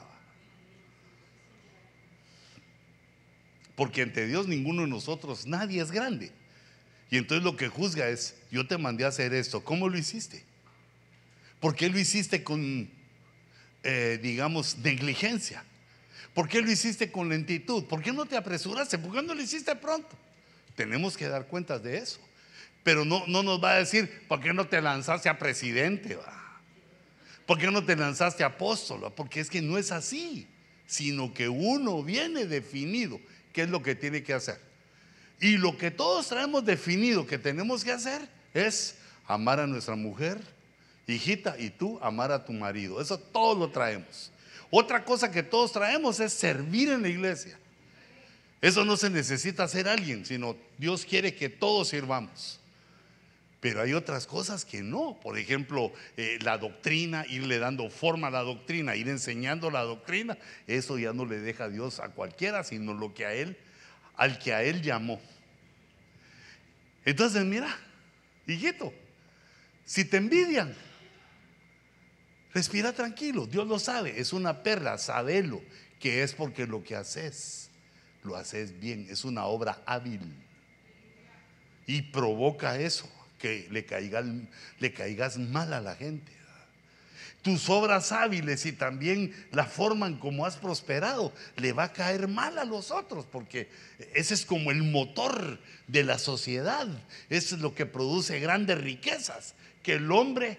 A: Porque ante Dios ninguno de nosotros, nadie es grande. Y entonces lo que juzga es, yo te mandé a hacer esto, ¿cómo lo hiciste? ¿Por qué lo hiciste con, digamos, negligencia? ¿Por qué lo hiciste con lentitud? ¿Por qué no te apresuraste? ¿Por qué no lo hiciste pronto? Tenemos que dar cuentas de eso. Pero no nos va a decir, ¿por qué no te lanzaste a presidente? ¿Por qué no te lanzaste a apóstol? Porque es que no es así, sino que uno viene definido qué es lo que tiene que hacer. Y lo que todos traemos definido que tenemos que hacer es amar a nuestra mujer, hijita, y tú amar a tu marido. Eso todos lo traemos. Otra cosa que todos traemos es servir en la iglesia. Eso no se necesita ser alguien, sino Dios quiere que todos sirvamos. Pero hay otras cosas que no. Por ejemplo, la doctrina, irle dando forma a la doctrina, ir enseñando la doctrina, eso ya no le deja a Dios a cualquiera, sino lo que al que a él llamó. Entonces mira, hijito, si te envidian, respira tranquilo, Dios lo sabe, es una perla, sabelo, que es porque lo que haces, lo haces bien, es una obra hábil y provoca eso, que le caigas mal a la gente. Tus obras hábiles y también la forma en cómo has prosperado le va a caer mal a los otros, porque ese es como el motor de la sociedad. Eso es lo que produce grandes riquezas, que el hombre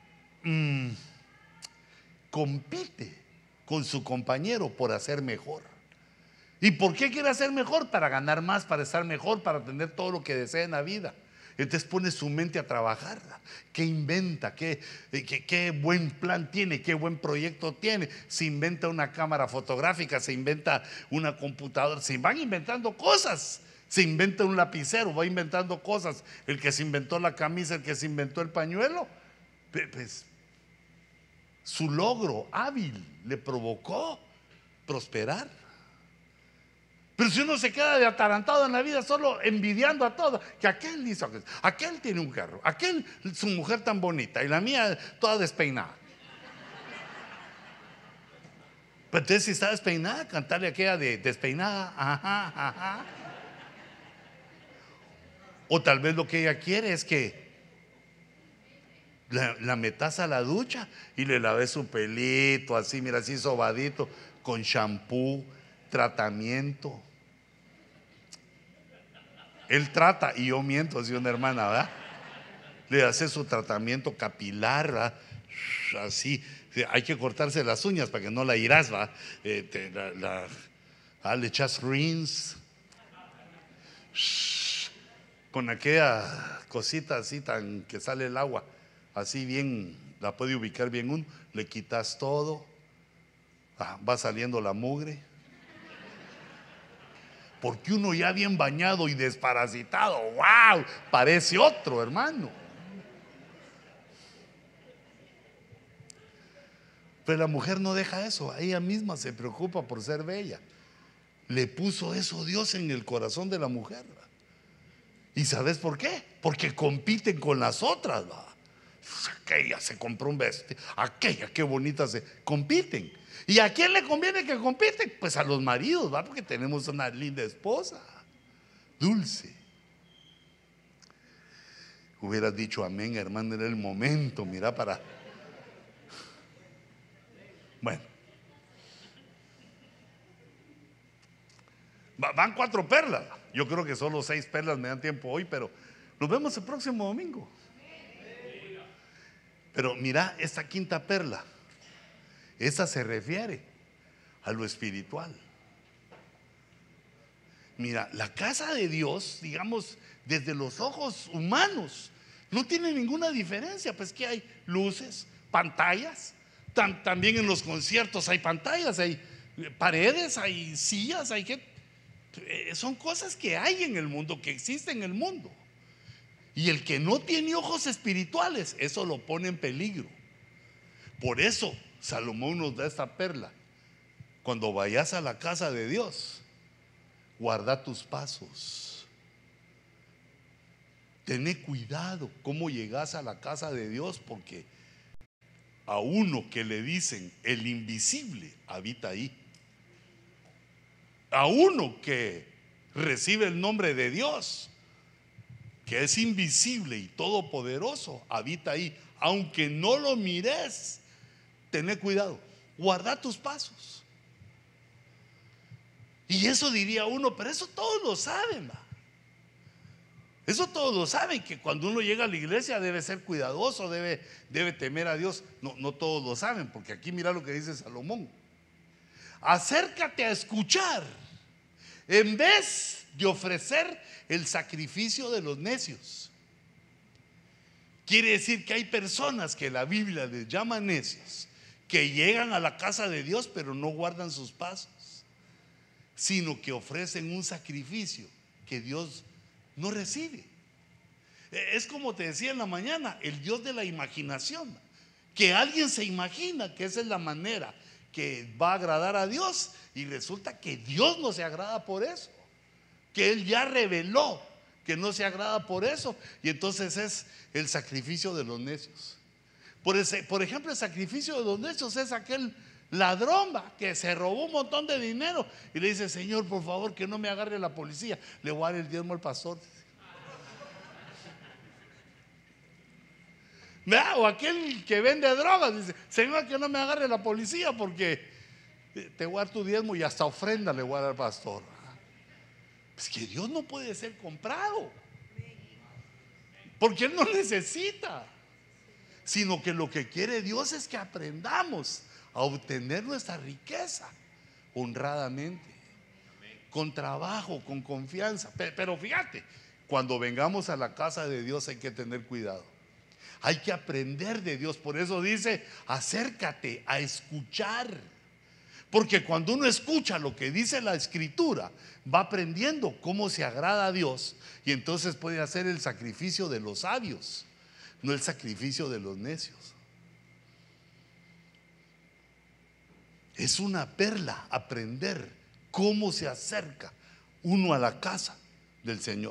A: compite con su compañero por hacer mejor. ¿Y por qué quiere hacer mejor? Para ganar más, para estar mejor, para tener todo lo que desea en la vida. Entonces pone su mente a trabajar. ¿Qué inventa? ¿Qué buen plan tiene? ¿Qué buen proyecto tiene? Se inventa una cámara fotográfica, se inventa una computadora, se van inventando cosas. Se inventa un lapicero, va inventando cosas. El que se inventó la camisa, el que se inventó el pañuelo, pues su logro hábil le provocó prosperar. Pero si uno se queda de atarantado en la vida solo envidiando a todo, que aquel hizo, aquel tiene un carro, aquel su mujer tan bonita y la mía toda despeinada. Pero entonces, si está despeinada, cantarle aquella de despeinada, ajá, ajá. O tal vez lo que ella quiere es que la metas a la ducha y le laves su pelito así, mira, así sobadito, con shampoo, tratamiento. Él trata y yo miento, así una hermana, ¿verdad? Le hace su tratamiento capilar, ¿verdad? Así, hay que cortarse las uñas para que no la irás, ¿va? Le echas rinse con aquella cosita así tan que sale el agua, así bien, la puede ubicar bien uno, le quitas todo, va saliendo la mugre. Porque uno ya bien bañado y desparasitado, wow, parece otro, hermano. Pero la mujer no deja eso, ella misma se preocupa por ser bella. Le puso eso Dios en el corazón de la mujer. ¿Y sabes por qué? Porque compiten con las otras. Aquella se compró un vestido, aquella qué bonita se compiten. ¿Y a quién le conviene que compiten? Pues a los maridos, ¿va? Porque tenemos una linda esposa, dulce. Hubieras dicho amén, hermano, era el momento, mira, para. Bueno, van 4 perlas. Yo creo que solo 6 perlas me dan tiempo hoy, pero nos vemos el próximo domingo. Pero mira, esta 5ª perla, esa se refiere a lo espiritual. Mira, la casa de Dios, digamos, desde los ojos humanos, no tiene ninguna diferencia. Pues que hay luces, pantallas, también en los conciertos hay pantallas, hay paredes, hay sillas, son cosas que hay en el mundo, que existen en el mundo. Y el que no tiene ojos espirituales, eso lo pone en peligro. Por eso Salomón nos da esta perla: cuando vayas a la casa de Dios, guarda tus pasos. Tené cuidado cómo llegas a la casa de Dios, porque a uno que le dicen el invisible habita ahí. A uno que recibe el nombre de Dios, que es invisible y todopoderoso, habita ahí. Aunque no lo mires, tené cuidado, guarda tus pasos. Y eso diría uno, pero eso todos lo saben, ¿va? Eso todos lo saben, que cuando uno llega a la iglesia debe ser cuidadoso, debe temer a Dios. No todos lo saben, porque aquí mira lo que dice Salomón: acércate a escuchar en vez de ofrecer el sacrificio de los necios. Quiere decir que hay personas que la Biblia les llama necios, que llegan a la casa de Dios pero no guardan sus pasos, sino que ofrecen un sacrificio que Dios no recibe. Es como te decía en la mañana, el Dios de la imaginación, que alguien se imagina que esa es la manera que va a agradar a Dios, y resulta que Dios no se agrada por eso, que Él ya reveló que no se agrada por eso, y entonces es el sacrificio de los necios. Por ejemplo, el sacrificio de los necios es aquel ladrón que se robó un montón de dinero y le dice: Señor, por favor, que no me agarre la policía, le voy a dar el diezmo al pastor. O aquel que vende drogas dice: Señor, que no me agarre la policía, porque te voy a dar tu diezmo y hasta ofrenda le voy a dar al pastor. Pues que Dios no puede ser comprado, porque Él no necesita, sino que lo que quiere Dios es que aprendamos a obtener nuestra riqueza honradamente, con trabajo, con confianza. Pero fíjate, Cuando vengamos a la casa de Dios hay que tener cuidado. Hay que aprender de Dios. Por eso dice, acércate a escuchar. Porque cuando uno escucha lo que dice la Escritura, va aprendiendo cómo se agrada a Dios. Y entonces puede hacer el sacrificio de los sabios, no el sacrificio de los necios. Es una perla aprender cómo se acerca uno a la casa del Señor.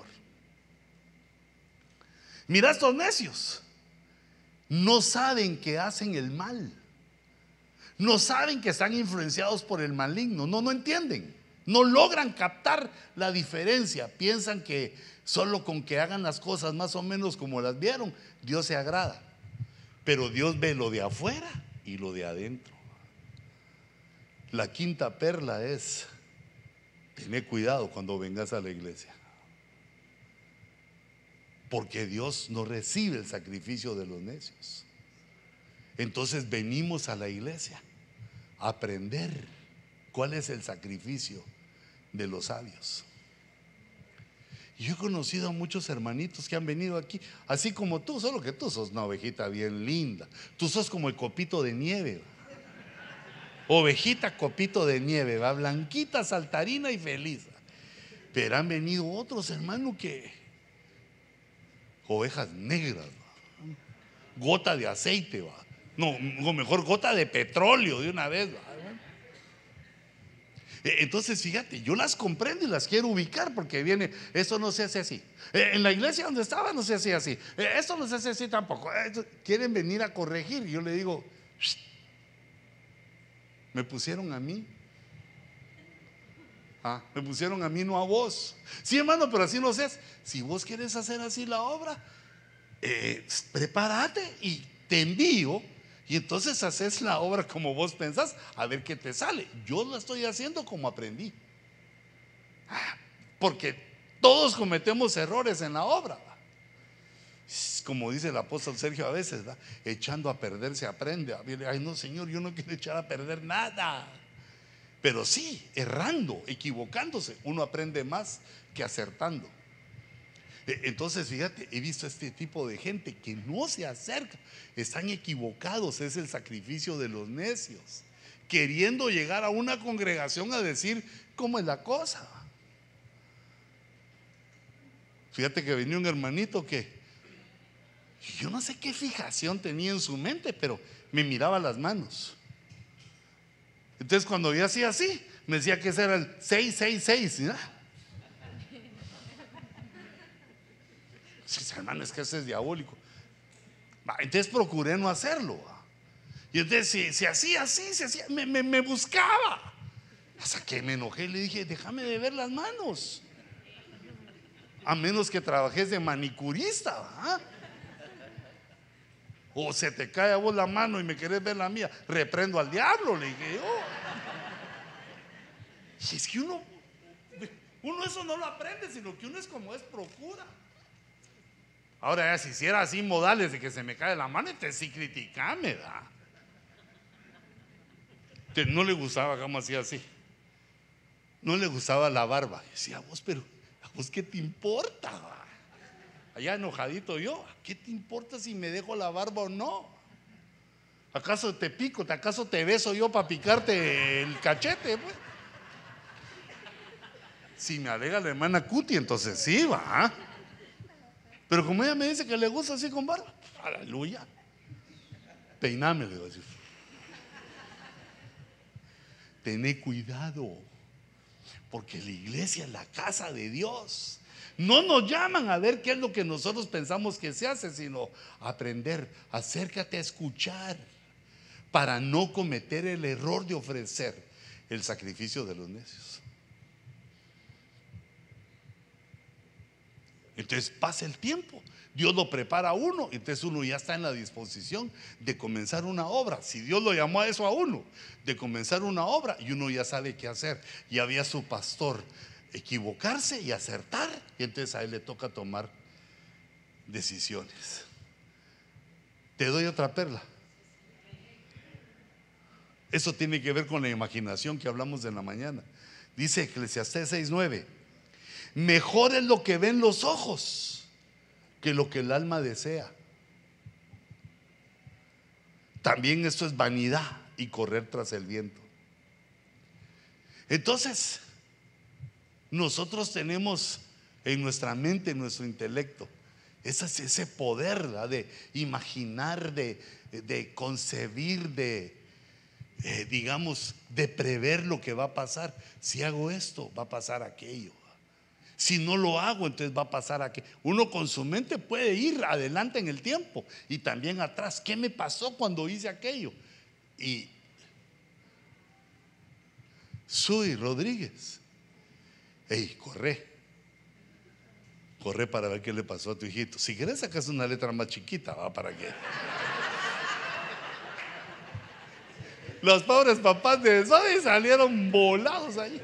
A: Mira, estos necios no saben que hacen el mal, no saben que están influenciados por el maligno, no entienden, no logran captar la diferencia. Piensan que solo con que hagan las cosas más o menos como las vieron, Dios se agrada. Pero Dios ve lo de afuera y lo de adentro. La quinta perla es: tener cuidado cuando vengas a la iglesia, porque Dios no recibe el sacrificio de los necios. Entonces venimos a la iglesia a aprender cuál es el sacrificio de los sabios. Yo he conocido a muchos hermanitos que han venido aquí, así como tú, solo que tú sos una ovejita bien linda. Tú sos como el copito de nieve, ovejita copito de nieve, va, blanquita, saltarina y feliz. Pero han venido otros hermanos que ovejas negras, va, gota de aceite, va, no, o mejor gota de petróleo de una vez, va. Entonces fíjate, yo las comprendo y las quiero ubicar, porque viene, esto no se hace así, en la iglesia donde estaba no se hacía así, esto no se hace así tampoco. Quieren venir a corregir. Yo le digo, me pusieron a mí. Me pusieron a mí, no a vos. Sí, hermano, pero así no seas. Si vos quieres hacer así la obra, prepárate y te envío. Y entonces haces la obra como vos pensás, a ver qué te sale. Yo la estoy haciendo como aprendí. Porque todos cometemos errores en la obra. Como dice el apóstol Sergio a veces, ¿va? Echando a perder se aprende. Ay, no, Señor, yo no quiero echar a perder nada. Pero sí, errando, equivocándose, uno aprende más que acertando. Entonces fíjate, he visto este tipo de gente que no se acerca, están equivocados. Es el sacrificio de los necios, queriendo llegar a una congregación a decir cómo es la cosa. Fíjate que venía un hermanito que yo no sé qué fijación tenía en su mente, pero me miraba las manos. Entonces cuando yo hacía así, me decía que ese era el 666, ¿no? Sí, hermano, es que ese es diabólico. Entonces procuré no hacerlo. Y entonces si hacía así, me buscaba. Hasta que me enojé y le dije, déjame de ver las manos, a menos que trabajes de manicurista, ¿va? O se te cae a vos la mano y me querés ver la mía, reprendo al diablo, le dije yo. Y es que uno eso no lo aprende, sino que uno es como es, procura. Ahora ya si hiciera así modales de que se me cae la mano, entonces sí criticame, ¿da? No le gustaba cómo hacía así, no le gustaba la barba. Y decía, vos, pero ¿a vos qué te importa, va? Allá enojadito yo, ¿qué te importa si me dejo la barba o no? ¿Acaso te pico? ¿Acaso te beso yo para picarte el cachete, pues? Si me alega la hermana Cuti, entonces sí, va. Pero como ella me dice que le gusta así con barba, aleluya, peiname, le voy a decir. Tené cuidado, porque la iglesia es la casa de Dios. No nos llaman a ver qué es lo que nosotros pensamos que se hace, sino aprender. Acércate a escuchar para no cometer el error de ofrecer el sacrificio de los necios. Entonces pasa el tiempo, Dios lo prepara a uno, entonces uno ya está en la disposición de comenzar una obra. Si Dios lo llamó a eso a uno, de comenzar una obra, y uno ya sabe qué hacer. Y había su pastor, equivocarse y acertar, y entonces a él le toca tomar decisiones. Te doy otra perla. Eso tiene que ver con la imaginación que hablamos en la mañana. Dice Eclesiastés 6:9: Mejor es lo que ven los ojos que lo que el alma desea. También esto es vanidad y correr tras el viento. Entonces, nosotros tenemos en nuestra mente, en nuestro intelecto, ese poder, ¿verdad?, de imaginar, de concebir, digamos, de prever lo que va a pasar. Si hago esto, va a pasar aquello. Si no lo hago, entonces va a pasar aquello. Uno con su mente puede ir adelante en el tiempo y también atrás. ¿Qué me pasó cuando hice aquello? Y Sui Rodríguez, hey, corre para ver qué le pasó a tu hijito. Si quieres sacas una letra más chiquita, ¿va? ¿Para qué? Los pobres papás de Sui salieron volados ahí.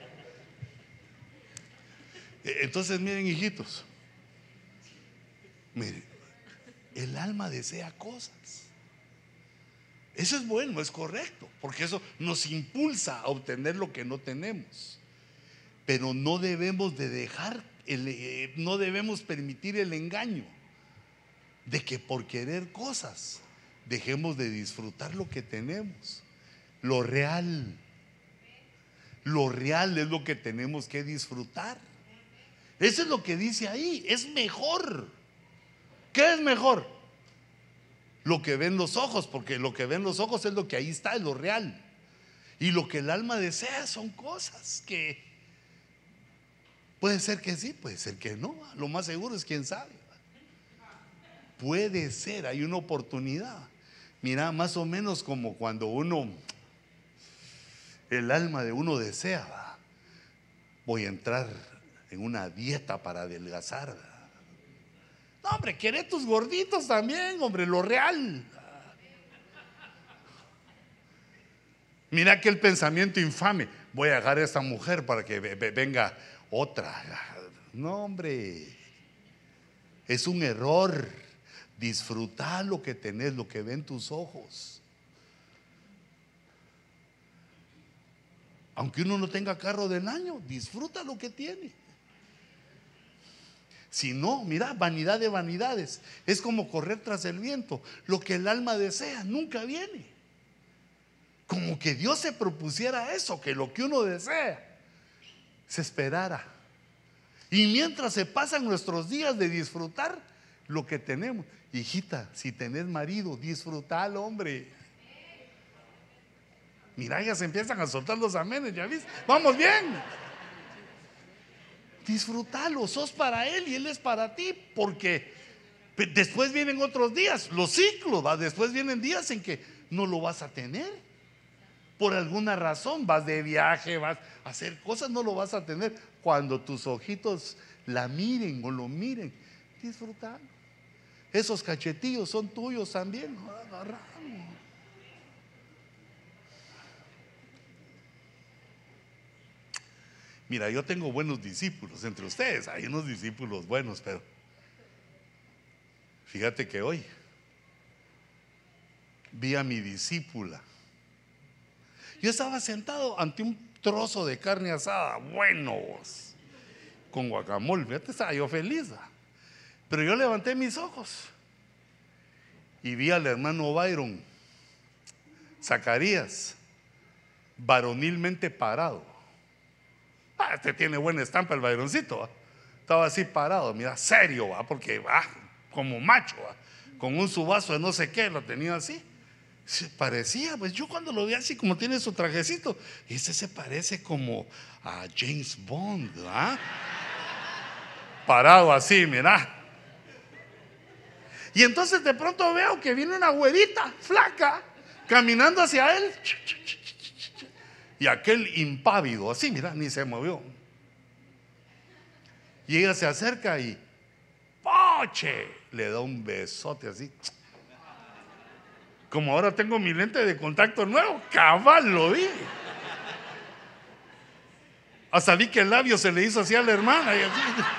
A: Entonces miren, hijitos, miren, el alma desea cosas. Eso es bueno, es correcto, porque eso nos impulsa a obtener lo que no tenemos. Pero no debemos de dejar, no debemos permitir el engaño de que por querer cosas dejemos de disfrutar lo que tenemos. Lo real es lo que tenemos que disfrutar. Eso es lo que dice ahí, es mejor. ¿Qué es mejor? Lo que ven los ojos, porque lo que ven los ojos es lo que ahí está, es lo real. Y lo que el alma desea son cosas que puede ser que sí, puede ser que no. Lo más seguro es quién sabe. Puede ser, hay una oportunidad. Mira, más o menos como cuando el alma de uno desea, voy a entrar en una dieta para adelgazar. No, hombre, queré tus gorditos también, hombre, lo real. Mira aquel pensamiento infame, voy a dejar a esta mujer para que venga otra. No, hombre, es un error. Disfruta lo que tenés, lo que ven tus ojos. Aunque uno no tenga carro del año, disfruta lo que tiene. Si no, mira, vanidad de vanidades. Es como correr tras el viento. Lo que el alma desea nunca viene. Como que Dios se propusiera eso, que lo que uno desea se esperara. Y mientras se pasan nuestros días de disfrutar lo que tenemos. Hijita, si tenés marido, disfrutalo, hombre. Mira, ya se empiezan a soltar los amenes, ¿ya viste? Vamos bien. Disfrútalo, sos para él y él es para ti, porque después vienen otros días, los ciclos, ¿va? Después vienen días en que no lo vas a tener. Por alguna razón, vas de viaje, vas a hacer cosas, no lo vas a tener. Cuando tus ojitos la miren o lo miren, disfrútalo. Esos cachetillos son tuyos también, agarramos. Mira, yo tengo buenos discípulos entre ustedes, hay unos discípulos buenos, pero fíjate que hoy vi a mi discípula. Yo estaba sentado ante un trozo de carne asada, buenos, con guacamole, fíjate, estaba yo feliz. Pero yo levanté mis ojos y vi al hermano Byron Zacarías varonilmente parado. Este tiene buena estampa el Byroncito, ¿va? Estaba así parado, mira, serio, ¿va? Porque como macho, ¿va? Con un subazo de no sé qué, lo tenía así. Se parecía, pues yo cuando lo vi así como tiene su trajecito, ese se parece como a James Bond, ¿va? Parado así, mira. Y entonces de pronto veo que viene una güerita flaca caminando hacia él. Y aquel impávido, así, mira, ni se movió. Y ella se acerca y ¡poche! Le da un besote así. Como ahora tengo mi lente de contacto nuevo, cabal lo vi. Hasta vi que el labio se le hizo así a la hermana. Y así.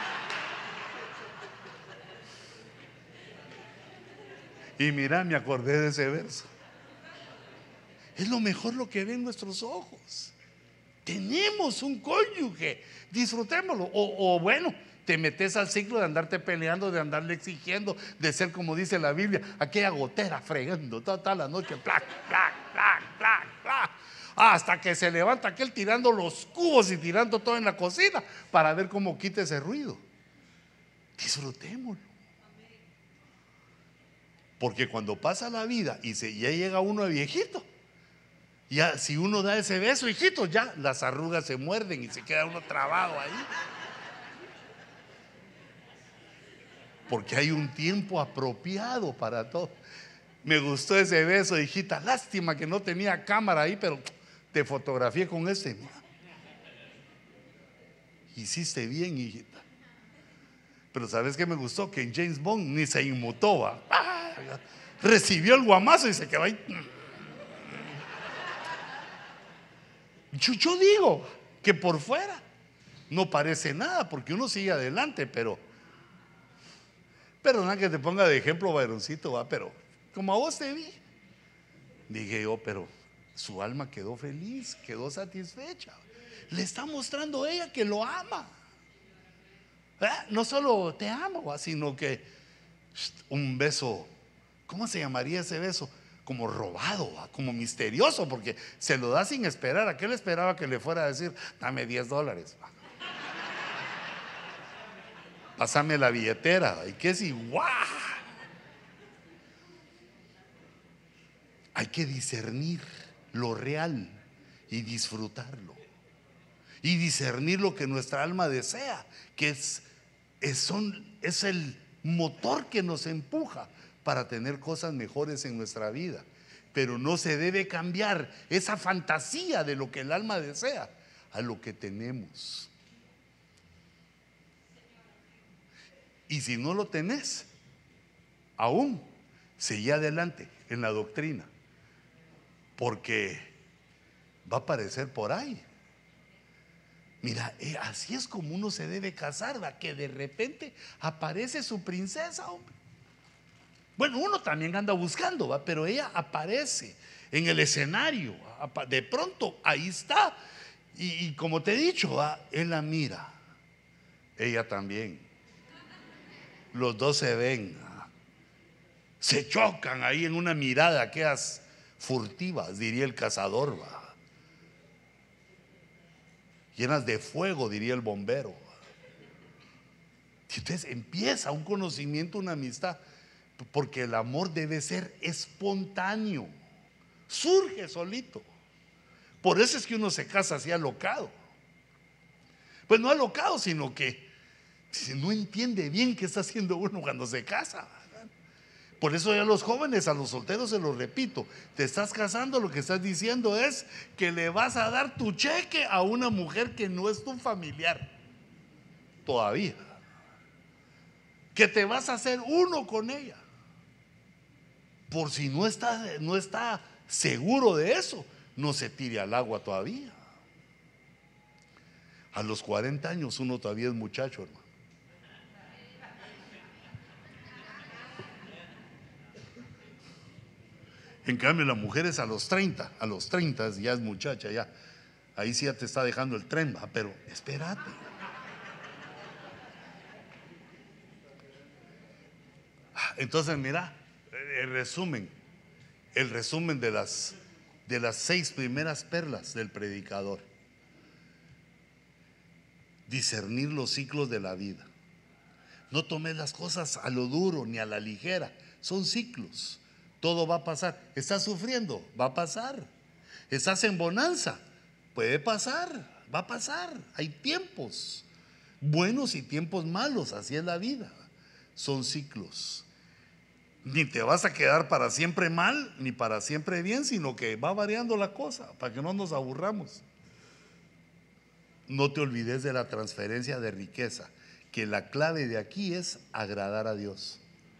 A: Y mira, me acordé de ese verso. Es lo mejor lo que ven nuestros ojos. Tenemos un cónyuge, disfrutémoslo. O bueno, te metes al ciclo de andarte peleando, de andarle exigiendo, de ser, como dice la Biblia, aquella gotera fregando toda la noche, plac, plac, plac, plac, plac, hasta que se levanta aquel tirando los cubos y tirando todo en la cocina para ver cómo quita ese ruido. Disfrutémoslo. Porque cuando pasa la vida y ya llega uno de viejito, ya si uno da ese beso, hijito, ya las arrugas se muerden y se queda uno trabado ahí. Porque hay un tiempo apropiado para todo. Me gustó ese beso, hijita. Lástima que no tenía cámara ahí, pero te fotografié con este. Hiciste bien, hijita. Pero ¿sabes qué me gustó? Que en James Bond ni se inmutó, ¿va? Recibió el guamazo y se quedó ahí. Yo digo que por fuera no parece nada, porque uno sigue adelante, pero nada que te ponga de ejemplo, varoncito, va, pero como a vos te vi, dije yo, pero su alma quedó feliz, quedó satisfecha. Le está mostrando a ella que lo ama. No solo te amo, ¿va? Sino que un beso, ¿cómo se llamaría ese beso? Como robado, ¿va? Como misterioso, porque se lo da sin esperar. ¿A qué le esperaba que le fuera a decir, dame $10? ¿Va? Pásame la billetera. ¿Y qué si? ¡Guau! Hay que discernir lo real y disfrutarlo. Y discernir lo que nuestra alma desea, que es el motor que nos empuja para tener cosas mejores en nuestra vida. Pero no se debe cambiar esa fantasía de lo que el alma desea a lo que tenemos. Y si no lo tenés, aún seguí adelante en la doctrina, porque va a aparecer por ahí. Mira, así es como uno se debe casar, ¿va? Que de repente aparece su princesa, hombre. Bueno, uno también anda buscando, ¿va? Pero ella aparece en el escenario, de pronto ahí está. Y como te he dicho, ¿va? Él la mira, ella también. Los dos se ven, se chocan ahí en una mirada, aquellas furtivas, diría el cazador, ¿va? Llenas de fuego, diría el bombero. Entonces empieza un conocimiento, una amistad, porque el amor debe ser espontáneo, surge solito. Por eso es que uno se casa así alocado. Pues no alocado, sino que no entiende bien qué está haciendo uno cuando se casa. Por eso ya a los jóvenes, a los solteros se los repito, te estás casando, lo que estás diciendo es que le vas a dar tu cheque a una mujer que no es tu familiar todavía, que te vas a hacer uno con ella. Por si no está seguro de eso, no se tire al agua todavía. A los 40 años uno todavía es muchacho, hermano. En cambio la mujer es a los 30 ya es muchacha, ya ahí sí ya te está dejando el tren, ¿va? Pero espérate. Entonces mira, el resumen de las 6 primeras perlas del predicador: discernir los ciclos de la vida. No tomes las cosas a lo duro ni a la ligera, son ciclos. Todo va a pasar. ¿Estás sufriendo? Va a pasar. ¿Estás en bonanza? Puede pasar, va a pasar. Hay tiempos buenos y tiempos malos, así es la vida. Son ciclos. Ni te vas a quedar para siempre mal, ni para siempre bien, sino que va variando la cosa, para que no nos aburramos. No te olvides de la transferencia de riqueza, que la clave de aquí es agradar a Dios.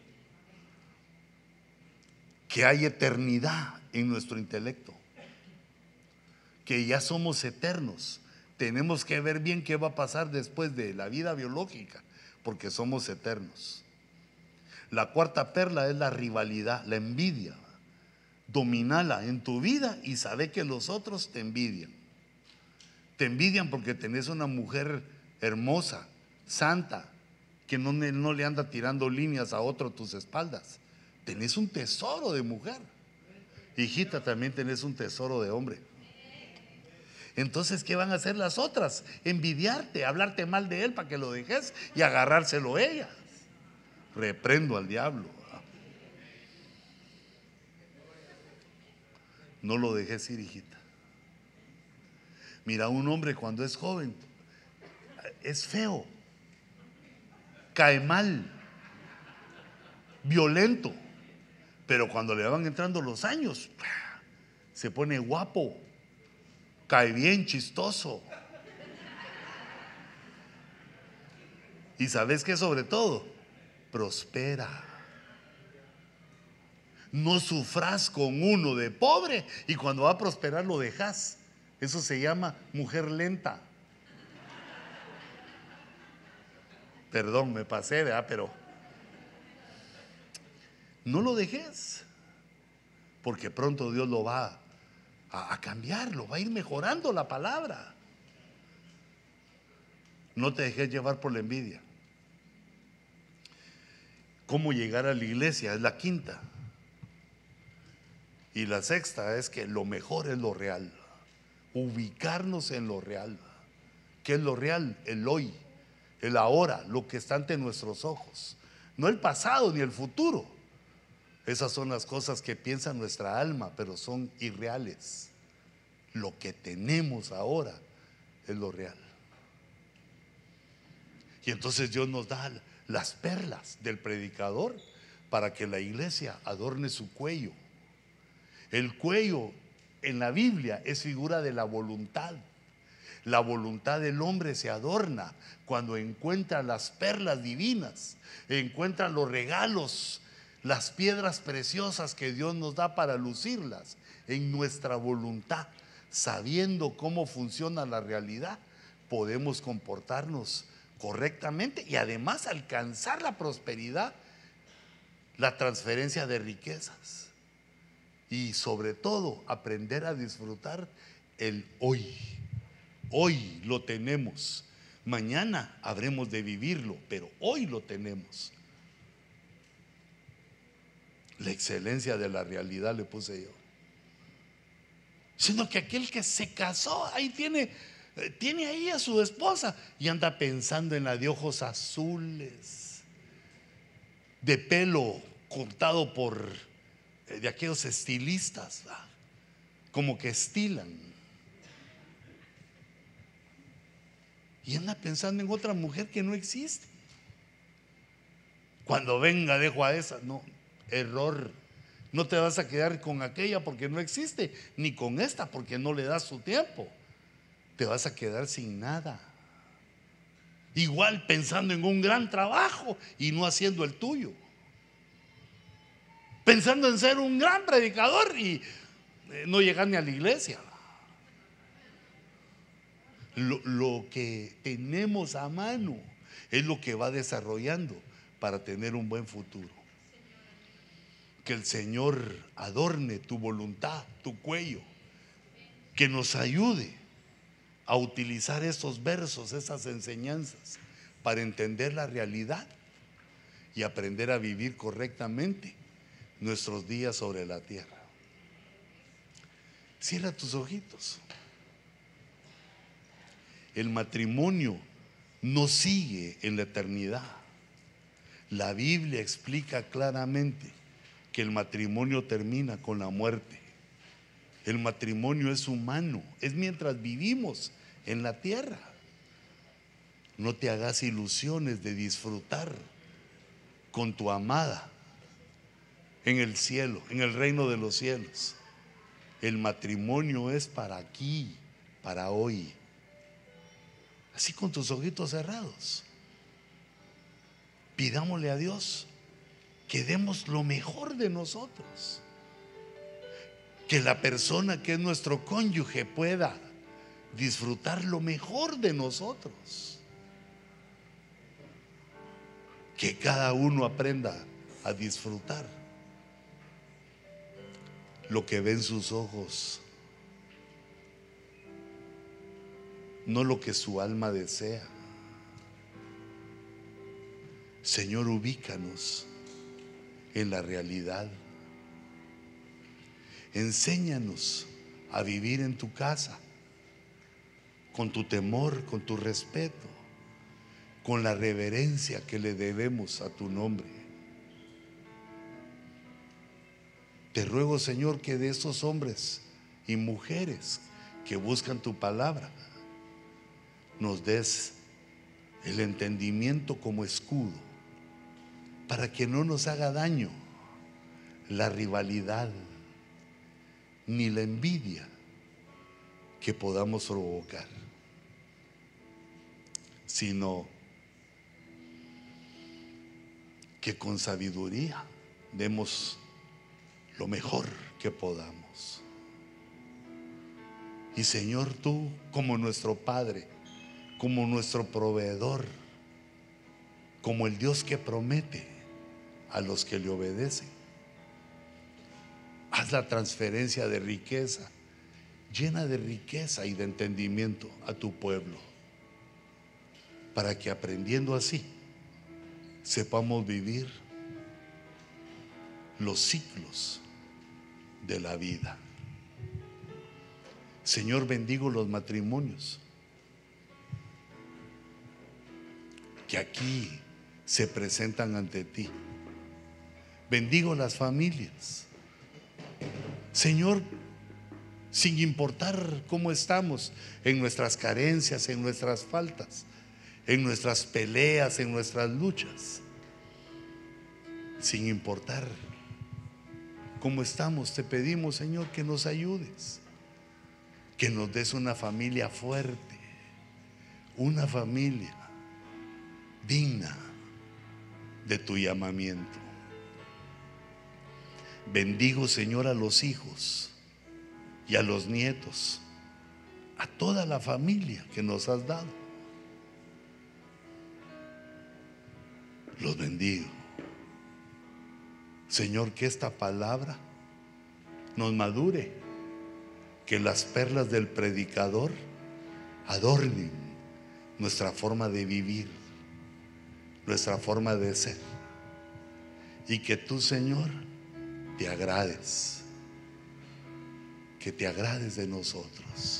A: Que hay eternidad en nuestro intelecto, que ya somos eternos. Tenemos que ver bien qué va a pasar después de la vida biológica, porque somos eternos. La cuarta perla es la rivalidad, la envidia. Dominala en tu vida y sabe que los otros te envidian. Te envidian porque tenés una mujer hermosa, santa, que no le anda tirando líneas a otro a tus espaldas. Tenés un tesoro de mujer. Hijita, también tenés un tesoro de hombre. Entonces, ¿qué van a hacer las otras? Envidiarte, hablarte mal de él para que lo dejes y agarrárselo ellas. Reprendo al diablo. No lo dejes ir, hijita. Mira, un hombre cuando es joven es feo, cae mal, violento, pero cuando le van entrando los años, se pone guapo, cae bien, chistoso. Y sabes que sobre todo, prospera. No sufras con uno de pobre y cuando va a prosperar lo dejas. Eso se llama mujer lenta. Perdón, me pasé, ¿verdad? Pero no lo dejes, porque pronto Dios lo va a cambiar, lo va a ir mejorando la palabra. No te dejes llevar por la envidia. ¿Cómo llegar a la iglesia? Es la quinta. Y la sexta es que lo mejor es lo real. Ubicarnos en lo real. ¿Qué es lo real? El hoy, el ahora, lo que está ante nuestros ojos. No el pasado ni el futuro. Esas son las cosas que piensa nuestra alma, pero son irreales. Lo que tenemos ahora es lo real. Y entonces Dios nos da las perlas del predicador para que la iglesia adorne su cuello. El cuello en la Biblia es figura de la voluntad. La voluntad del hombre se adorna cuando encuentra las perlas divinas, encuentra los regalos, las piedras preciosas que Dios nos da para lucirlas en nuestra voluntad. Sabiendo cómo funciona la realidad, podemos comportarnos correctamente y además alcanzar la prosperidad, la transferencia de riquezas y sobre todo aprender a disfrutar el hoy. Hoy lo tenemos, mañana habremos de vivirlo, pero hoy lo tenemos. La excelencia de la realidad le puse yo. Sino que aquel que se casó, ahí tiene ahí a su esposa y anda pensando en la de ojos azules, de pelo cortado por de aquellos estilistas, ¿verdad? Como que estilan. Y anda pensando en otra mujer que no existe. Cuando venga dejo a esa. No, error. No te vas a quedar con aquella porque no existe, ni con esta porque no le das su tiempo. Te vas a quedar sin nada. Igual pensando en un gran trabajo y no haciendo el tuyo. Pensando en ser un gran predicador y no llegar ni a la iglesia. Lo que tenemos a mano es lo que va desarrollando para tener un buen futuro. Que el Señor adorne tu voluntad, tu cuello, que nos ayude a utilizar esos versos, esas enseñanzas para entender la realidad y aprender a vivir correctamente nuestros días sobre la tierra. Cierra tus ojitos. El matrimonio no sigue en la eternidad. La Biblia explica claramente que el matrimonio termina con la muerte. El matrimonio es humano, es mientras vivimos en la tierra. No te hagas ilusiones de disfrutar con tu amada en el cielo, en el reino de los cielos. El matrimonio es para aquí, para hoy. Así con tus ojitos cerrados, pidámosle a Dios que demos lo mejor de nosotros, que la persona que es nuestro cónyuge pueda disfrutar lo mejor de nosotros, que cada uno aprenda a disfrutar lo que ven sus ojos. no lo que su alma desea. Señor, ubícanos en la realidad. Enséñanos a vivir en tu casa con tu temor, con tu respeto, con la reverencia que le debemos a tu nombre. Te ruego, Señor, que de esos hombres y mujeres que buscan tu palabra, nos des el entendimiento como escudo, para que no nos haga daño la rivalidad ni la envidia que podamos provocar, sino que con sabiduría demos lo mejor que podamos. Y Señor, tú como nuestro Padre, como nuestro proveedor, como el Dios que promete a los que le obedecen, haz la transferencia de riqueza, llena de riqueza y de entendimiento a tu pueblo, para que aprendiendo así sepamos vivir los ciclos de la vida. Señor, bendigo los matrimonios que aquí se presentan ante ti. Bendigo las familias, Señor, sin importar cómo estamos, en nuestras carencias, en nuestras faltas, en nuestras peleas, en nuestras luchas, sin importar cómo estamos, te pedimos, Señor, que nos ayudes, que nos des una familia fuerte, una familia digna de tu llamamiento. Bendigo, Señor, a los hijos y a los nietos, a toda la familia que nos has dado. Los bendigo. Señor, que esta palabra nos madure, que las perlas del predicador adornen nuestra forma de vivir, nuestra forma de ser, y que tú, Señor, te agrades, que te agrades de nosotros.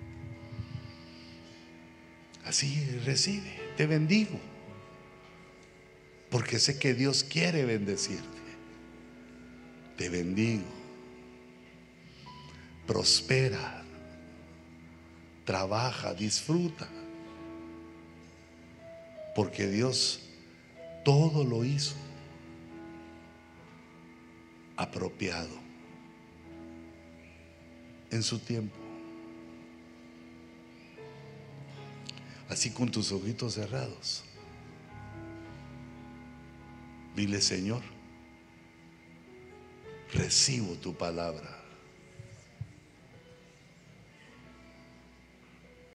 A: Así recibe, te bendigo, porque sé que Dios quiere bendecirte. Te bendigo, prospera, trabaja, disfruta, porque Dios todo lo hizo apropiado en su tiempo. Así, con tus ojitos cerrados, dile: Señor, recibo tu palabra.